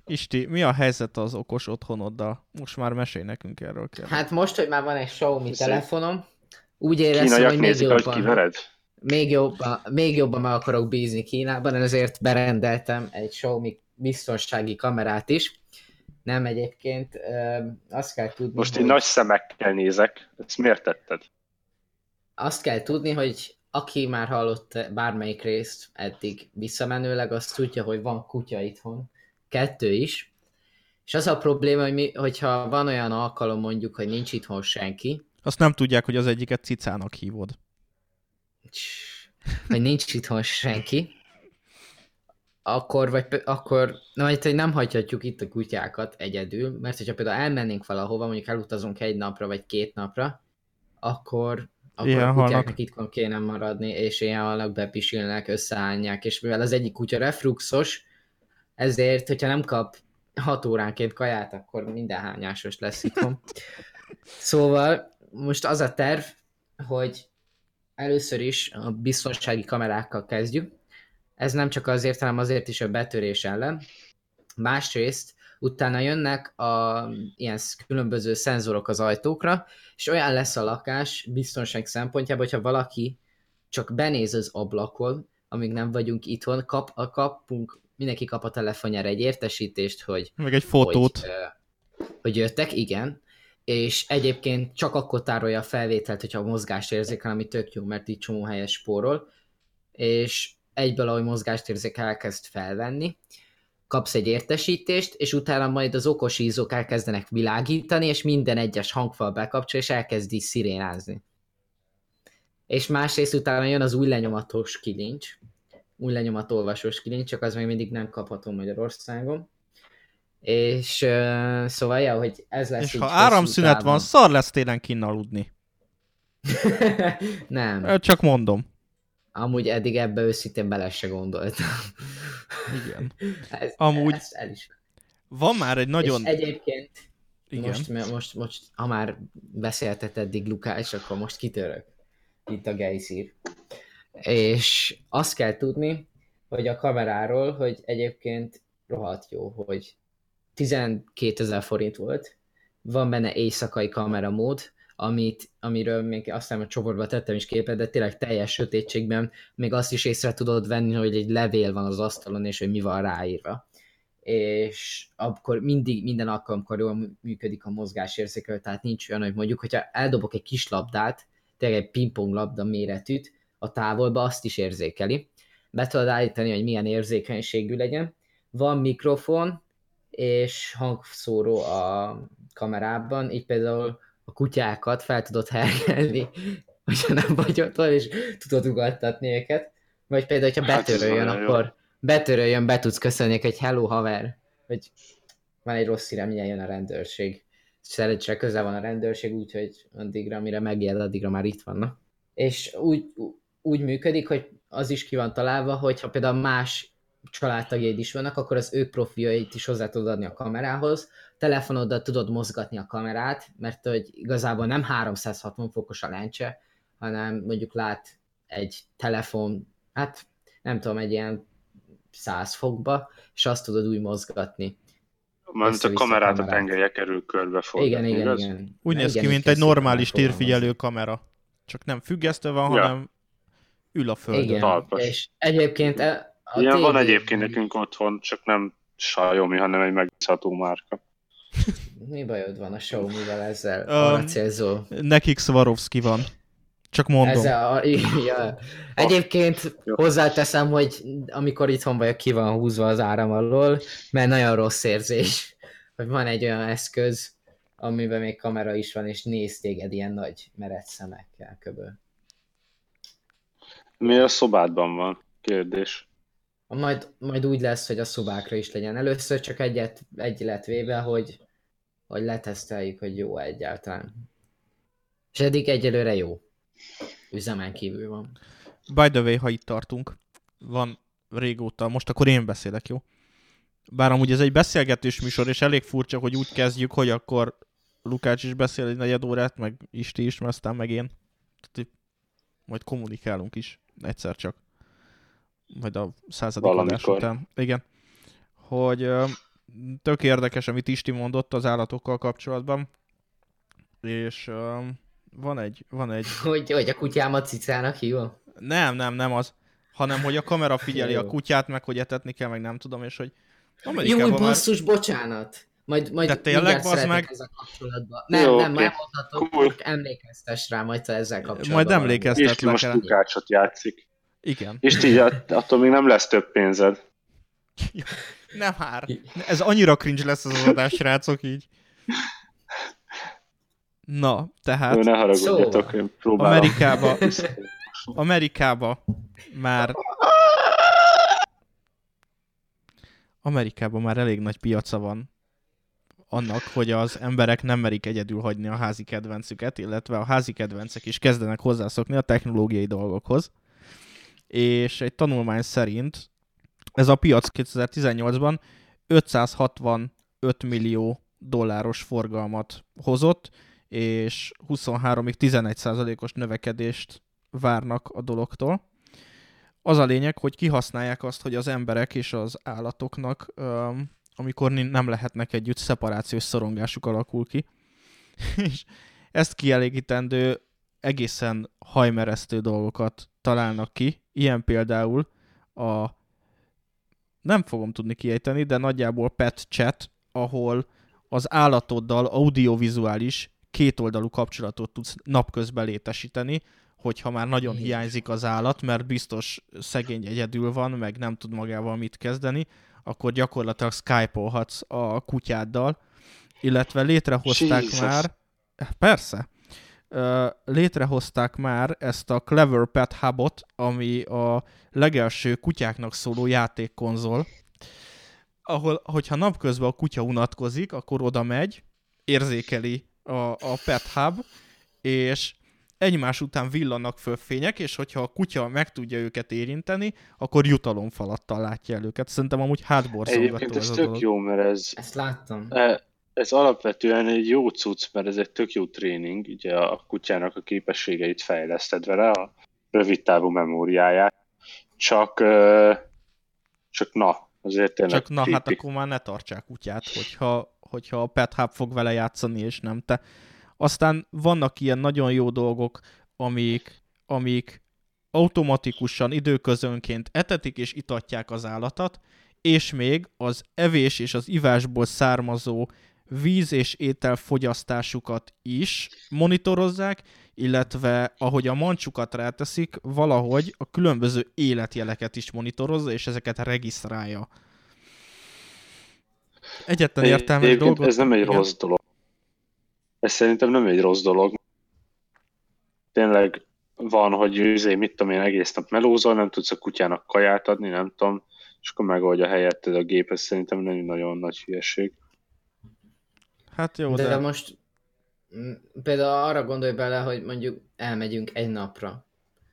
S1: Isti, mi a helyzet az okos otthonoddal? Most már mesélj nekünk erről kell.
S3: Hát most, hogy már van egy Xiaomi telefonom, úgy éreztem,
S2: Kínaiak
S3: hogy még
S2: nézik,
S3: jobban,
S2: hogy kivered?
S3: még jobban, még jobban meg akarok bízni Kínában, ezért berendeltem egy Xiaomi biztonsági kamerát is. Nem egyébként, azt kell tudni,
S2: Most
S3: hogy...
S2: én nagy szemekkel nézek, ezt miért tetted?
S3: Azt kell tudni, hogy aki már hallott bármelyik részt eddig visszamenőleg, azt tudja, hogy van kutya itthon, kettő is, és az a probléma, hogy mi, hogyha van olyan alkalom mondjuk, hogy nincs itthon senki,
S1: azt nem tudják, hogy az egyiket cicának hívod.
S3: hogy nincs itthon senki, akkor, vagy akkor, na, hogy nem hagyhatjuk itt a kutyákat egyedül, mert hogyha például elmennénk valahova, mondjuk elutazunk egy napra, vagy két napra, akkor, akkor
S1: ilyen
S3: a kutyáknak
S1: halnak.
S3: itthon kéne maradni, és ilyen halnak bepisilnek, összeállják, és mivel az egyik kutya refluxos, ezért, hogyha nem kap hat óránként kaját, akkor minden hányásos lesz itthon. Szóval most az a terv, hogy először is a biztonsági kamerákkal kezdjük. Ez nem csak azért, hanem azért is a betörés ellen. Másrészt utána jönnek a ilyen különböző szenzorok az ajtókra, és olyan lesz a lakás biztonság szempontjából, hogyha valaki csak benéz az ablakon, amíg nem vagyunk itthon, kap, a kapunk, mindenki kap a telefonjára egy értesítést, hogy,
S1: meg egy fotót.
S3: hogy, hogy jöttek, igen, és egyébként csak akkor tárolja a felvételt, hogyha a mozgást érzékel, ami tök jó, mert így csomó helyes spórol, és egyből, ahogy mozgást érzékel, elkezd felvenni, kapsz egy értesítést, és utána majd az okos ízók elkezdenek világítani, és minden egyes hangfal bekapcsol, és elkezdi szirénázni. És másrészt utána jön az új lenyomatos kilincs, új lenyomatolvasós kilincs, csak az még mindig nem kapható Magyarországon. És uh, szóval, ja, hogy ez lesz
S1: és
S3: így
S1: ha áramszünet van, szar lesz télen kinn aludni.
S3: Nem.
S1: Csak mondom.
S3: Amúgy eddig ebbe őszintén bele se gondoltam.
S1: Igen.
S3: ez,
S1: Amúgy
S3: ez el is.
S1: Van már egy nagyon...
S3: És egyébként
S1: Igen.
S3: Most, most, most, ha már beszéltet eddig Lukács, akkor most kitörök. Itt a gejszír. És azt kell tudni, hogy a kameráról, hogy egyébként rohadt jó, hogy tizenkétezer forint volt, van benne éjszakai kameramód, amit, amiről még aztán a csoportba tettem is képet, de tényleg teljes sötétségben még azt is észre tudod venni, hogy egy levél van az asztalon, és hogy mi van ráírva. És akkor mindig, minden alkalomkor jól működik a mozgásérzékelő, tehát nincs olyan, hogy mondjuk, hogyha eldobok egy kis labdát, tényleg egy pingpong labda méretűt a távolba, azt is érzékeli. Be tudod állítani, hogy milyen érzékenységű legyen. Van mikrofon és hangszóró a kamerában, így például a kutyákat fel tudod hergelni, hogyha nem vagy otthon, és tudod ugattatni őket. Vagy például, hogyha betöröljön, hát akkor betöröljön, be tudsz köszönni, hogy hello haver, hogy van egy rossz hírem, milyen jön a rendőrség. Szerencsére közel van a rendőrség, úgyhogy addigra, amire megjel, addigra már itt vannak. És úgy, úgy működik, hogy az is ki van találva, hogy ha például más családtagjaid is vannak, akkor az ők profiljait is hozzá tudod adni a kamerához. Telefonoddal tudod mozgatni a kamerát, mert hogy igazából nem háromszázhatvan fokos a lencse, hanem mondjuk lát egy telefon, hát nem tudom, egy ilyen száz fokba, és azt tudod úgy mozgatni.
S2: Mert a kamerát a tengelye kerül körbe forgatni.
S3: Igen, igen, igen.
S1: Úgy néz ki, mint egy normális térfigyelő kamera. Csak nem függesztve van, ja. hanem ül a földön.
S3: Igen, talpas. És egyébként
S2: a ilyen té vé... van egyébként nekünk otthon, csak nem Xiaomi, hanem egy megbízható márka.
S3: Mi bajod van a Xiaomi-vel ezzel? Um, arra célzol?
S1: Nekik Swarovski van. Csak mondom.
S3: Ezzel a... ja. Egyébként hozzáteszem, hogy amikor itthon vagyok, ki van húzva az áram alól, mert nagyon rossz érzés, hogy van egy olyan eszköz, amiben még kamera is van, és néz téged ilyen nagy mered szemekkel köböl.
S2: Mi a szobádban van? Kérdés.
S3: Majd, majd úgy lesz, hogy a szobákra is legyen. Először csak egyet, egy lett véve, hogy, hogy leteszteljük, hogy jó egyáltalán. És eddig egyelőre jó. Üzemen kívül van.
S1: By the way, ha itt tartunk, van régóta, most akkor én beszélek, jó? Bár amúgy ez egy beszélgetős műsor, és elég furcsa, hogy úgy kezdjük, hogy akkor Lukács is beszél egy negyed órát, meg Isti is, mert aztán meg én. Tehát, majd kommunikálunk is, egyszer csak. Majd a századik adás után. Igen. Hogy tök érdekes, amit Isti mondott az állatokkal kapcsolatban. És uh, van egy... Van egy...
S3: Hogy, hogy a kutyámat cicának hívom?
S1: Nem, nem, nem az. Hanem, hogy a kamera figyeli a kutyát, meg hogy etetni kell, meg nem tudom, és hogy
S3: Jó, basszus, már... bocsánat. Majd, majd
S1: de tényleg, bazd meg?
S3: Ezzel kapcsolatban. Nem, Jó, nem, okay. nem mondhatok, cool. Emlékeztes rá majd, ha ezzel kapcsolatban.
S1: Majd emlékeztetlek.
S2: Isti most Lukácsot játszik.
S1: Igen.
S2: És így attól még nem lesz több pénzed.
S1: Nem már. Ez annyira cringe lesz az adás, srácok, így. Na, tehát...
S2: Jó, ne haragudjatok, én próbálom.
S1: Amerikába, Amerikába már... Amerikában már elég nagy piaca van annak, hogy az emberek nem merik egyedül hagyni a házi kedvencüket, illetve a házi kedvencek is kezdenek hozzászokni a technológiai dolgokhoz. És egy tanulmány szerint ez a piac kétezer-tizennyolcban ötszázhatvanöt millió dolláros forgalmat hozott, és huszonháromig tizenegy százalékos növekedést várnak a dologtól. Az a lényeg, hogy kihasználják azt, hogy az emberek és az állatoknak, um, amikor nem lehetnek együtt, szeparációs szorongásuk alakul ki. És ezt kielégítendő, egészen hajmeresztő dolgokat találnak ki. Ilyen például a, nem fogom tudni kiejteni, de nagyjából pet chat, ahol az állatoddal audiovizuális kétoldalú kapcsolatot tudsz napközben létesíteni, hogyha már nagyon hiányzik az állat, mert biztos szegény egyedül van, meg nem tud magával mit kezdeni, akkor gyakorlatilag skype-olhatsz a kutyáddal, illetve létrehozták Jesus. már, persze, létrehozták már ezt a Clever Pet Hubot, ami a legelső kutyáknak szóló játékkonzol, ahol, hogyha napközben a kutya unatkozik, akkor oda megy, érzékeli a, a Pet Hub, és egymás után villannak föl fények, és hogyha a kutya meg tudja őket érinteni, akkor jutalomfalattal látja el őket. Szerintem amúgy hátborzongató ez a dolog.
S2: Egyébként ez tök jó, mert ez...
S3: Ezt láttam.
S2: Ez alapvetően egy jó cucc, mert ez egy tök jó tréning, ugye a kutyának a képességeit fejleszted vele, a rövidtávú memóriáját. Csak, csak na, azért tényleg
S1: Csak na, creepy. Hát akkor már ne tartsák kutyát, hogyha, hogyha a Pet Hub fog vele játszani, és nem te. Aztán vannak ilyen nagyon jó dolgok, amik, amik automatikusan időközönként etetik és itatják az állatot, és még az evés és az ivásból származó víz és étel fogyasztásukat is monitorozzák, illetve ahogy a mancsukat ráteszik, valahogy a különböző életjeleket is monitorozza, és ezeket regisztrálja. Egyetlen értelmes
S2: é,
S1: dolgot...
S2: Ez nem egy igen. rossz dolog. Ez szerintem nem egy rossz dolog. Tényleg van, hogy őzé, mit tudom én, egész nap melózol, nem tudsz a kutyának kaját adni, nem tudom, és akkor megoldja helyetted a gép, ez szerintem nem nagyon nagy hülyeség.
S1: Hát jó, de...
S3: De most például arra gondolj bele, hogy mondjuk elmegyünk egy napra,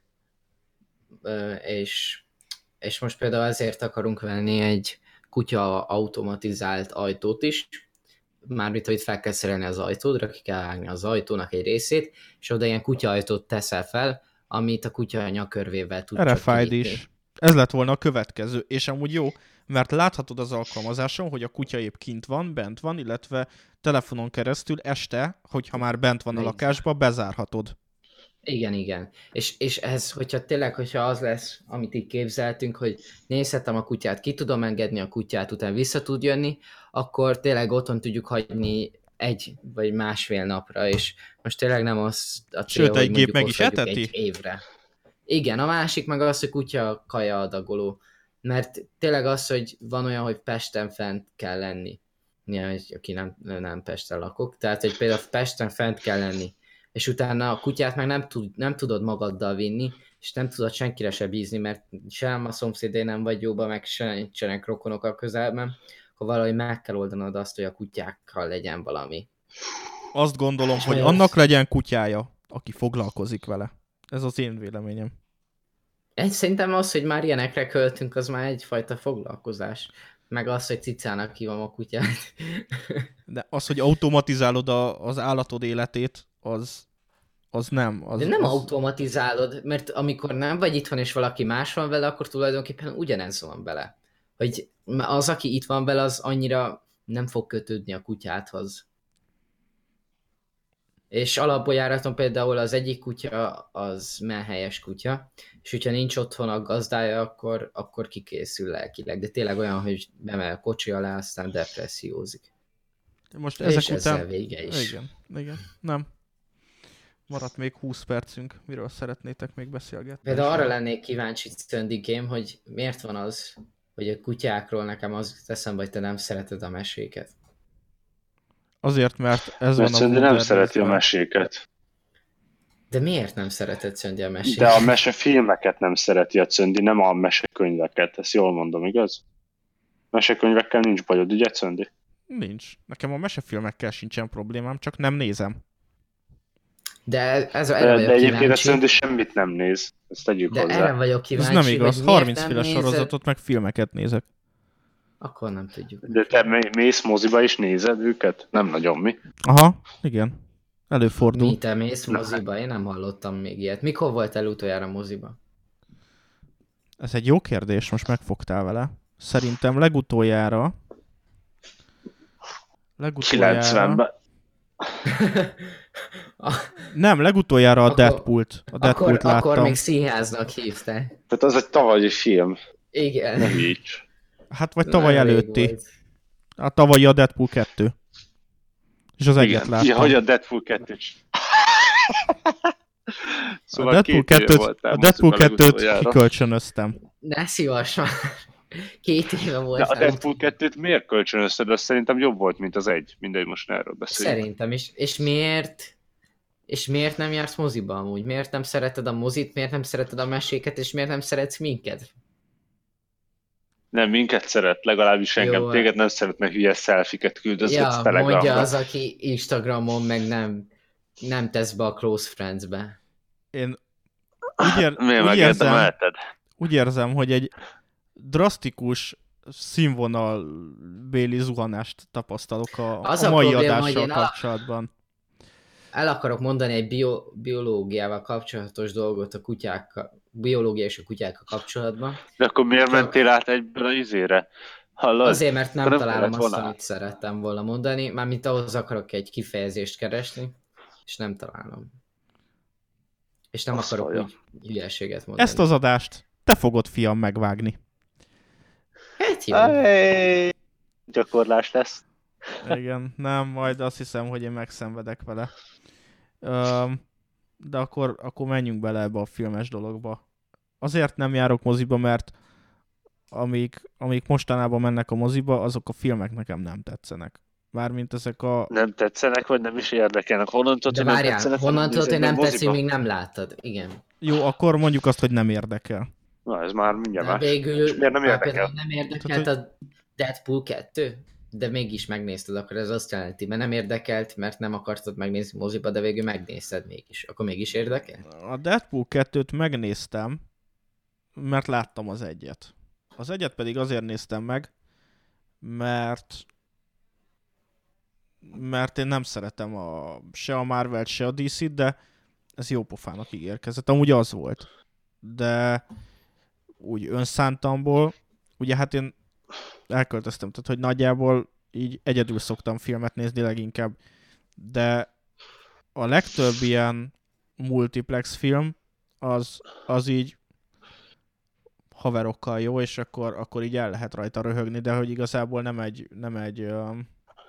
S3: és, és most például ezért akarunk venni egy kutya automatizált ajtót is, mármint, hogy fel kell szerelni az ajtódra, ki kell vágni az ajtónak egy részét, és oda ilyen kutyaajtót teszel fel, amit a kutya nyakörvével tud
S1: er ef i dé is. Ez lett volna a következő, és amúgy jó, mert láthatod az alkalmazáson, hogy a kutya épp kint van, bent van, illetve telefonon keresztül este, hogyha már bent van a lakásba, bezárhatod.
S3: Igen, igen. És, és ez, hogyha tényleg, hogyha az lesz, amit így képzeltünk, hogy nézhetem a kutyát, ki tudom engedni a kutyát, utána vissza tud jönni, akkor tényleg otthon tudjuk hagyni egy vagy másfél napra, és most tényleg nem az a cél,
S1: Sőt,
S3: hogy
S1: egy gép meg is eteti?
S3: Egy évre. Igen, a másik meg az, hogy kutya kaja adagoló. Mert tényleg az, hogy van olyan, hogy Pesten fent kell lenni. Ja, aki nem, nem Pesten lakok. Tehát, hogy például Pesten fent kell lenni. És utána a kutyát meg nem, tud, nem tudod magaddal vinni, és nem tudod senkire se bízni, mert sem a szomszédé nem vagy jóban, meg se nincsenek rokonok a közelben, akkor valahogy meg kell oldanod azt, hogy a kutyákkal legyen valami.
S1: Azt gondolom, és hogy annak az... legyen kutyája, aki foglalkozik vele. Ez az én véleményem.
S3: Egy, szerintem az, hogy már ilyenekre költünk, az már egyfajta foglalkozás. Meg az, hogy cicának hívom a kutyát.
S1: De az, hogy automatizálod a, az állatod életét, az, az nem. Az,
S3: De nem
S1: az...
S3: automatizálod, mert amikor nem vagy itthon és valaki más van vele, akkor tulajdonképpen ugyanez van vele. Hogy az, aki itt van vele, az annyira nem fog kötődni a kutyádhoz. És alapjáraton például az egyik kutya az menhelyes kutya, és hogyha nincs otthon a gazdája, akkor, akkor kikészül lelkileg. De tényleg olyan, hogy bemel a kocsi alá, aztán depressziózik.
S1: Most
S3: és
S1: ezek
S3: ezzel
S1: után...
S3: vége is.
S1: Igen, igen. Nem. Maradt még húsz percünk. Miről szeretnétek még beszélgetni?
S3: Például arra lennék kíváncsi, Szöndikém, hogy miért van az, hogy a kutyákról nekem az teszem, hogy te nem szereted a meséket.
S1: Azért, mert ez
S2: mert
S1: van a
S2: nem szereti a meséket.
S3: De miért nem szereted, Szöndi, a meséket?
S2: De a mesefilmeket nem szereti a Czöndi, nem a mesekönyveket. Ezt jól mondom, igaz? Mesekönyvekkel nincs bajod, ugye, Czöndi?
S1: Nincs. Nekem a mesefilmekkel sincsen problémám, csak nem nézem.
S3: De, ez a,
S2: de,
S3: erre
S2: de egyébként
S3: kíváncsi.
S2: a Czöndi semmit nem néz. Ezt tegyük
S3: de
S2: hozzá.
S3: erre vagyok kíváncsi,
S1: ez nem igaz.
S3: hogy
S1: harmincféle
S3: nem
S1: sorozatot,
S3: nézed...
S1: meg filmeket nézek.
S3: Akkor nem tudjuk.
S2: De te mész moziba is nézed őket? Nem nagyon, mi?
S1: Aha, igen. Előfordul.
S3: Mi, te mész moziba? Én nem hallottam még ilyet. Mikor volt el utoljára moziba?
S1: Ez egy jó kérdés, most megfogtál vele. Szerintem legutoljára... Legutoljára...
S2: kilencvenben.
S1: Nem, legutoljára a
S3: Akkor-
S1: Deadpool-t. A Deadpool-t
S3: akkor,
S1: láttam.
S3: akkor még színháznak hívták.
S2: Tehát az egy tavalyi film.
S3: Igen.
S2: Nem így.
S1: Hát vagy tavaly
S3: Nagyon rég
S1: előtti.
S3: volt.
S1: A tavalyi a Deadpool kettő. És az egyet
S2: Igen.
S1: láttam.
S2: Ja, hogy a Deadpool kettő is. Szóval
S1: a Deadpool
S2: két éve
S1: kettőt,
S2: voltál
S1: a Deadpool
S2: moziba
S1: kettőt
S2: legutoljára.
S1: kikölcsönöztem.
S3: Ne szívass már. Két éve
S2: De
S3: volt.
S2: a Deadpool kettőt miért kölcsönözted? Az szerintem jobb volt, mint az egy. Mindegy, most erről beszélünk.
S3: Szerintem is. És miért? És miért nem jársz moziba amúgy? Miért nem szereted a mozit? Miért nem szereted a meséket? És miért nem szeretsz minket?
S2: Nem, minket szeret, legalábbis engem.
S3: Jó.
S2: Téged nem szeret, mert hülye szelfiket küldözgetsz
S3: Ja,
S2: Telegramra.
S3: mondja az, aki Instagramon meg nem, nem tesz be a close friends-be.
S1: Én úgy, ér,
S2: Miért
S1: úgy, érzem,
S2: megérdemelted?
S1: úgy érzem, hogy egy drasztikus színvonalbéli zuhanást tapasztalok a,
S3: Az
S1: a
S3: a
S1: mai
S3: probléma, hogy
S1: adással
S3: én a-
S1: kapcsolatban.
S3: El akarok mondani egy bio, biológiával kapcsolatos dolgot a kutyák, biológia és a kutyákkal kapcsolatban.
S2: De akkor miért
S3: Csak-
S2: mentél át egyből az izére? Hallod?
S3: Azért, mert nem
S2: Akkor
S3: találom
S2: kellett
S3: azt,
S2: volna
S3: amit szerettem volna mondani, mármint ahhoz akarok egy kifejezést keresni, és nem találom. És nem
S2: Azt
S3: akarok
S2: hallja.
S3: úgy hülyeséget mondani.
S1: Ezt az adást te fogod, fiam, megvágni.
S3: Hát jó.
S2: Hey, gyakorlás lesz.
S1: Igen, nem, majd azt hiszem, hogy én megszenvedek vele. Öm, de akkor, akkor menjünk bele ebbe a filmes dologba. Azért nem járok moziba, mert amíg, amíg mostanában mennek a moziba, azok a filmek nekem nem tetszenek. Mármint ezek a...
S2: Nem tetszenek, vagy nem is érdekelnek. Honnan tudod,
S3: De
S2: hogy nem
S3: várjál,
S2: tetszenek?
S3: honnan tudod, hogy
S2: nézed
S3: nem
S2: meg
S3: tetszik,
S2: moziba?
S3: még nem láttad? Igen.
S1: Jó, akkor mondjuk azt, hogy nem érdekel.
S2: Na, ez már mindjárt
S3: De
S2: más.
S3: végül
S2: És miért nem
S3: már
S2: érdekel?
S3: például nem érdekelt a Deadpool kettő? De mégis megnézted, akkor ez azt jelenti, mert nem érdekelt, mert nem akartad megnézni moziba, de végül megnézted mégis. Akkor mégis érdekel?
S1: A Deadpool kettőt megnéztem, mert láttam az egyet. Az egyet pedig azért néztem meg, mert mert én nem szeretem a, se a Marvelt, se a dé cét, de ez jó pofának ígérkezett. Amúgy az volt. De úgy önszántamból, ugye hát én elköltöztem, tehát hogy nagyjából így egyedül szoktam filmet nézni leginkább, de a legtöbb ilyen multiplex film az, az így haverokkal jó, és akkor, akkor így el lehet rajta röhögni, de hogy igazából nem egy, nem egy um,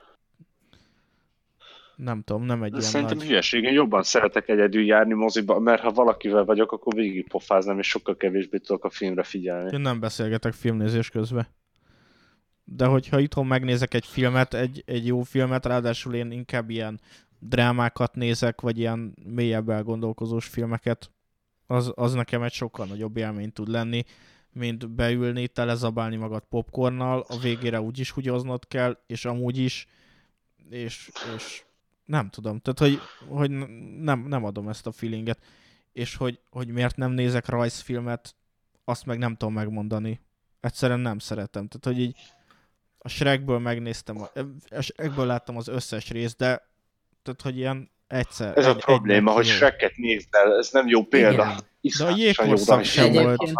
S1: nem tudom, nem egy ilyen
S2: Szerintem
S1: nagy...
S2: hülyeség, én jobban szeretek egyedül járni moziba, mert ha valakivel vagyok, akkor végig pofáznám, és sokkal kevésbé tudok a filmre figyelni.
S1: Én nem beszélgetek filmnézés közben. De hogyha itthon megnézek egy filmet, egy, egy jó filmet, ráadásul én inkább ilyen drámákat nézek, vagy ilyen mélyebb elgondolkozós filmeket, az, az nekem egy sokkal nagyobb élmény tud lenni, mint beülni, telezabálni magad popcornnal, a végére úgyis húgyoznod kell, és amúgy is, és, és nem tudom, tehát hogy, hogy nem, nem adom ezt a feelinget, és hogy, hogy miért nem nézek rajzfilmet, azt meg nem tudom megmondani. Egyszerűen nem szeretem. Tehát, hogy így a Shrekből megnéztem, a, a Shrekből láttam az összes részt, de tehát, hogy ilyen egyszer.
S2: Ez
S1: egy,
S2: a probléma,
S1: egy
S2: hogy Shreket nézd el, ez nem jó példa.
S3: Igen.
S1: De a jégkorszak sem
S3: Egyébként-
S1: volt.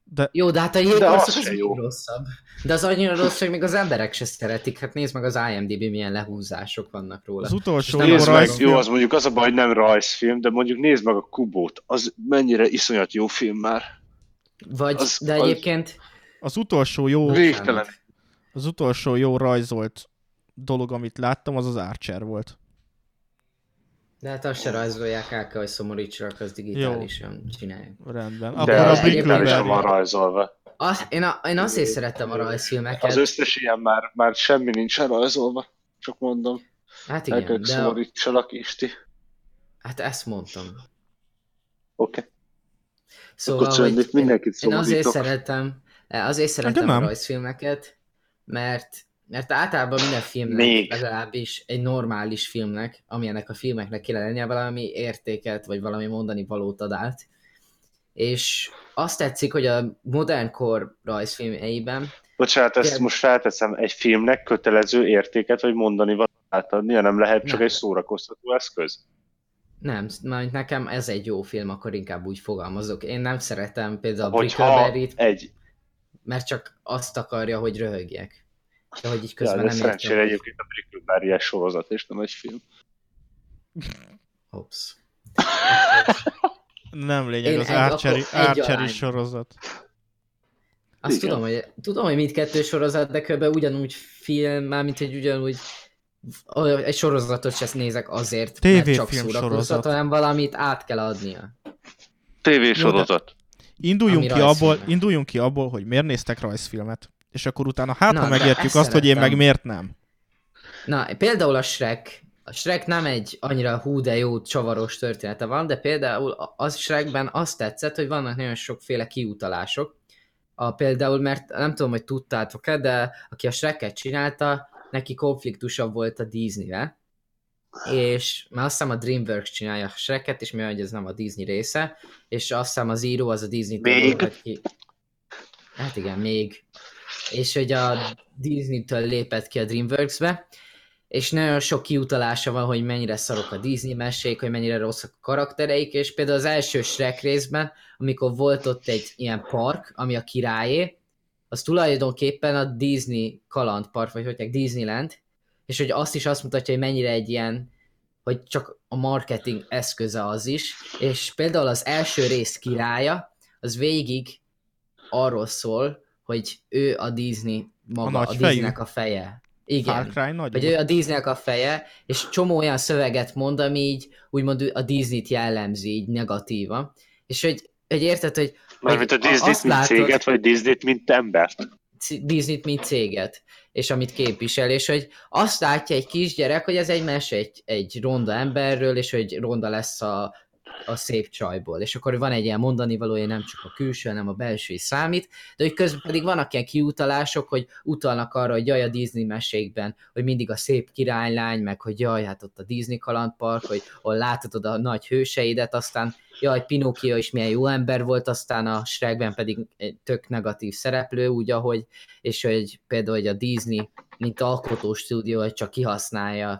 S1: De...
S3: Jó, de hát a jégkorszak az, az még rosszabb. De az annyira rossz, hogy még az emberek se szeretik. Hát nézd meg az I M D B milyen lehúzások vannak róla.
S1: Az utolsó
S2: jó rajzfilm. Jó, az mondjuk az a baj, hogy nem rajzfilm, de mondjuk nézd meg a Kubót. Az mennyire iszonyat jó film már.
S3: Vagy, az, de egyébként...
S1: Az utolsó jó...
S2: Végtelen.
S1: Az utolsó jó rajzolt dolog, amit láttam, az az Archer volt.
S3: De hát azt se rajzolják el, hogy szomorítsanak, az digitálisan jó. Csinálják.
S1: Rendben.
S2: Akkor de a digitálisan van rajzolva.
S3: Az, én, a, én azért szerettem a rajzfilmeket.
S2: Az összes ilyen már, már semmi nincsen rajzolva, csak mondom.
S3: Hát igen,
S2: Elkök
S3: de...
S2: szomorítsalak, Isti.
S3: Hát ezt mondtam.
S2: Oké. Okay.
S3: Szóval, hogy mindenkit én azért szeretem, azért szeretem a rajzfilmeket, mert Mert általában minden filmnek, Még. legalábbis egy normális filmnek, amilyenek a filmeknek kéne lennie, valami értéket, vagy valami mondani valót ad át. És azt tetszik, hogy a modern kor rajzfilmjeiben...
S2: Bocsánat, ezt most felteszem, egy filmnek kötelező értéket, vagy mondani valót átadni, nem lehet csak nem. Egy szórakoztató eszköz?
S3: Nem, mert nekem ez egy jó film, akkor inkább úgy fogalmazok. Én nem szeretem például a Brickleberry-t, egy... mert csak azt akarja, hogy röhögjek. De hogy így közben ja, nem
S2: szerencsére egyébként a Brickleberry-es sorozat, és nem egy film.
S3: Hops.
S1: Nem lényeg, én az Archery, Archery sorozat.
S3: Azt tudom hogy, tudom, hogy mindkettő sorozat, de kb. Ugyanúgy film, mármint hogy ugyanúgy egy sorozatot sem nézek azért,
S1: té vé
S3: mert csak szórakoztat, hanem valamit át kell adnia.
S2: té vé sorozat.
S1: Induljunk ki, abból, induljunk ki abból, hogy miért néztek rajzfilmet. És akkor utána hát, Na, ha megértjük azt, szeretem. Hogy én meg miért nem.
S3: Na, például a Shrek. A Shrek nem egy annyira hú de jó csavaros története van, de például az Shrekben azt tetszett, hogy vannak nagyon sokféle kiutalások. A, például, mert nem tudom, hogy tudtátok-e, de aki a Shreket csinálta, neki konfliktusabb volt a Disney-vel. És már azt hiszem a DreamWorks csinálja a Shreket, és mivel ez nem a Disney része, és azt hiszem az író az a Disney-től ki. Hát igen, még. És hogy a Disney-től lépett ki a DreamWorks-be, és nagyon sok kiutalása van, hogy mennyire szarok a Disney mesék, hogy mennyire rosszak a karaktereik, és például az első Shrek részben, amikor volt ott egy ilyen park, ami a királyé, az tulajdonképpen a Disney kalandpark, vagy hogy Disneyland, és hogy azt is azt mutatja, hogy mennyire egy ilyen, hogy csak a marketing eszköze az is, és például az első rész királya, az végig arról szól, hogy ő a Disney maga, a, a Disneynek a feje. Igen, hogy ő a Disneynek a feje, és csomó olyan szöveget mond, ami így úgymond a Disneyt jellemzi, így negatíva. És hogy, hogy érted, hogy...
S2: Mármint a Disneyt mint látod, céget, vagy Disneyt mint embert?
S3: Disneyt mint céget, és amit képvisel, és hogy azt látja egy kisgyerek, hogy ez egy mese egy, egy ronda emberről, és hogy ronda lesz a a szép csajból. És akkor van egy ilyen mondani valója, nem csak a külső, hanem a belső is számít, de hogy közben pedig vannak ilyen kiutalások, hogy utalnak arra, hogy jaj, a Disney mesékben, hogy mindig a szép királylány, meg hogy jaj, hát ott a Disney kalandpark, hogy ahol láthatod a nagy hőseidet, aztán jaj, Pinocchio is milyen jó ember volt, aztán a Shrekben pedig egy tök negatív szereplő, úgy ahogy, és hogy például hogy a Disney, mint alkotó stúdió, hogy csak kihasználja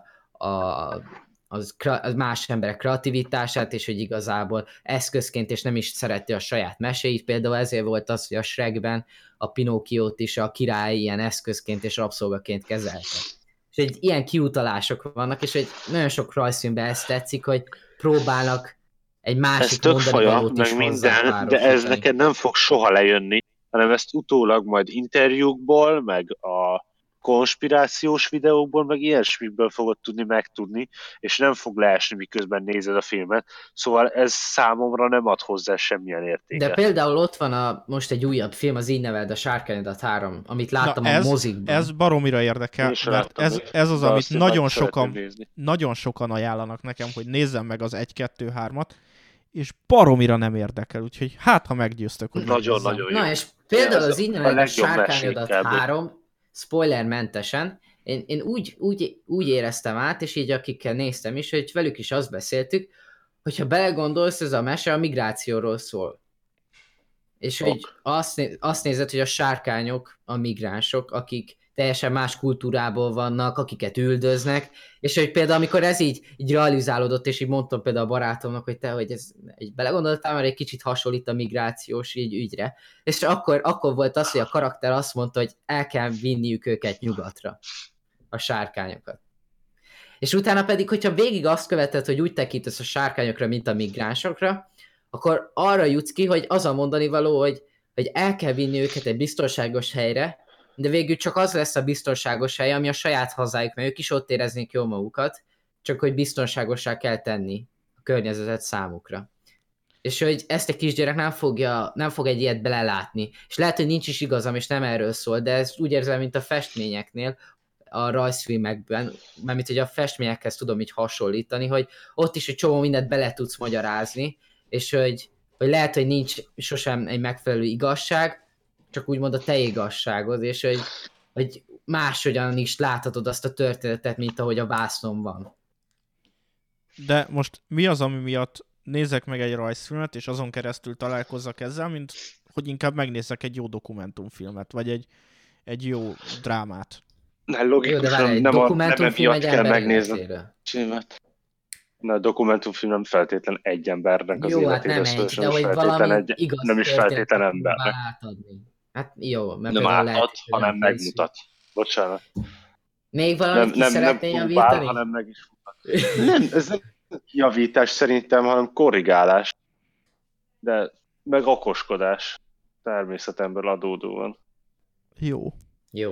S3: a az, az más emberek kreativitását, és hogy igazából eszközként, és nem is szereti a saját meséit. Például ezért volt az, hogy a Shrekben a Pinocchiót is a király ilyen eszközként és rabszolgaként kezelte. És egy ilyen kiutalások vannak, és egy nagyon sok rajzfilmben ezt tetszik, hogy próbálnak egy másik mondani valót is
S2: minden, de ez neked nem fog soha lejönni, hanem ezt utólag majd interjúkból, meg a konspirációs videókból, meg ilyesmiből fogod tudni megtudni, és nem fog leesni, miközben nézed a filmet. Szóval ez számomra nem ad hozzá semmilyen értéket.
S3: De például ott van a, most egy újabb film, az így neveld a Sárkányodat három, amit láttam Na ez, a mozikban.
S1: Ez baromira érdekel, mert ez, ez az, amit nagyon sokan, nagyon sokan ajánlanak nekem, hogy nézzem meg az egy kettő hármat, és baromira nem érdekel, úgyhogy hát, ha meggyőztök, hogy
S2: nagyon-nagyon jó.
S3: Na és például az így neveld a Sárkányodat három, spoilermentesen, én, én úgy, úgy, úgy éreztem át, és így akikkel néztem is, hogy velük is azt beszéltük, hogyha belegondolsz, ez a mese a migrációról szól. És ok. Hogy azt, azt nézed, hogy a sárkányok a migránsok, akik teljesen más kultúrából vannak, akiket üldöznek, és hogy például amikor ez így, így realizálódott, és így mondtam például a barátomnak, hogy te, hogy ez egy belegondoltál, mert egy kicsit hasonlít a migrációs így ügyre, és akkor, akkor volt az, hogy a karakter azt mondta, hogy el kell vinniük őket nyugatra, a sárkányokat. És utána pedig, hogyha végig azt követed, hogy úgy tekintesz a sárkányokra, mint a migránsokra, akkor arra jutsz ki, hogy az a mondani való, hogy, hogy el kell vinni őket egy biztonságos helyre, de végül csak az lesz a biztonságos hely, ami a saját hazájuk, mert ők is ott éreznék jól magukat, csak hogy biztonságosá kell tenni a környezetet számukra. És hogy ezt egy kisgyerek nem, fogja, nem fog egy ilyet belelátni. És lehet, hogy nincs is igazam, és nem erről szól, de ez úgy érzem, mint a festményeknél, a rajzfilmekben, mert hogy a festményekhez tudom így hasonlítani, hogy ott is egy csomó mindent bele tudsz magyarázni, és hogy, hogy lehet, hogy nincs sosem egy megfelelő igazság, csak úgymond a te igazságod, és hogy, hogy máshogyan is láthatod azt a történetet, mint ahogy a vásznon van.
S1: De most mi az, ami miatt nézek meg egy rajzfilmet, és azon keresztül találkozzak ezzel, mint hogy inkább megnézzek egy jó dokumentumfilmet, vagy egy, egy jó drámát?
S2: Ne, logikusan nem, nem, a, nem emiatt kell megnézni. Na, a dokumentumfilm nem feltétlen egy embernek az
S3: jó,
S2: életéről
S3: hát
S2: szól,
S3: nem, egy, de hogy egy, igaz
S2: nem is feltétlen embernek.
S3: Átadni. Hát jó, mert
S2: nem átad, hanem megmutat. Bocsánat.
S3: Még valamit
S2: nem,
S3: ki szeretnél javítani?
S2: Nem, hanem meg is mutat. Nem, ez nem javítás szerintem, hanem korrigálás. De meg okoskodás. Természetemből adódóan.
S1: Jó.
S3: Jó.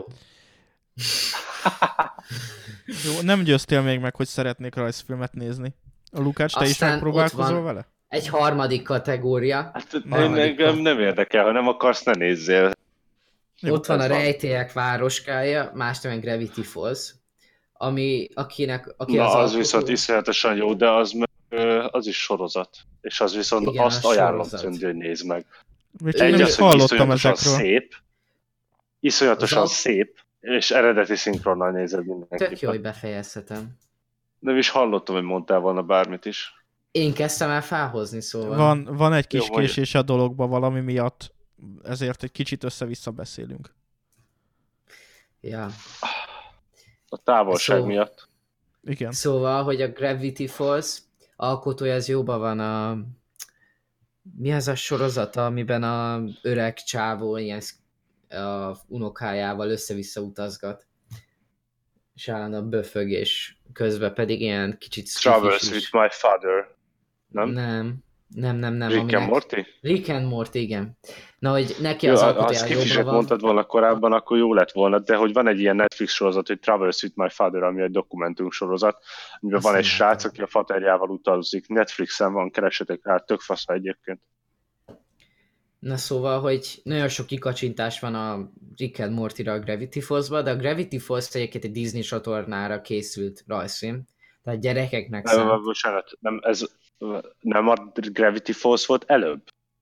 S1: Jó, nem győztél még meg, hogy szeretnék rajzfilmet nézni. A Lukács, te Aztán is megpróbálkozol vele?
S3: Egy harmadik kategória.
S2: Hát engem nem érdekel, ha nem akarsz, ne nézzél.
S3: Jó, ott van a Rejtélyek városkája, más nem Gravity Falls, ami akinek... Aki
S2: Na, az,
S3: az,
S2: az
S3: alkotó...
S2: viszont iszonyatosan jó, de az, az is sorozat. És az viszont igen, azt ajánlom Szöndi, hogy nézd meg. Egy az, hogy iszonyatosan szép, iszonyatosan az szép, és eredeti szinkronnal nézed mindenképpen.
S3: Tök jó, hogy befejezhetem.
S2: Nem is hallottam, hogy mondtál volna bármit is.
S3: Én kezdtem el felhozni, szóval.
S1: Van, van egy kis jó, késés a dologba valami miatt, ezért egy kicsit össze-vissza beszélünk.
S3: Ja.
S2: A távolság
S3: Szó...
S2: miatt.
S1: Igen.
S3: Szóval, hogy a Gravity Falls alkotója az jóban van a... Mi az a sorozata, amiben a öreg csávó ilyen a unokájával össze-vissza utazgat. És állandóan böfög, és közben pedig ilyen kicsit...
S2: Travels with my father. Nem?
S3: Nem. Nem, nem, nem.
S2: Rick aminek... and Morty?
S3: Rick and Morty, igen. Na, hogy neki
S2: jó,
S3: az alkotója
S2: jobban
S3: van.
S2: Ha mondtad volna korábban, akkor jó lett volna, de hogy van egy ilyen Netflix sorozat, hogy Travels with my father, ami egy dokumentum sorozat, amiben van egy srác, aki a faterjával utazik. Netflixen van, keresetek rá, tök fasz egyébként.
S3: Na szóval, hogy nagyon sok kikacsintás van a Rick and Morty-ra a Gravity Falls-ba, de a Gravity Falls egyébként egy Disney csatornára készült rajzfilm, tehát gyerekeknek
S2: nem, szánt. Bocsánat, nem, ez nem a Gravity Falls volt előbb?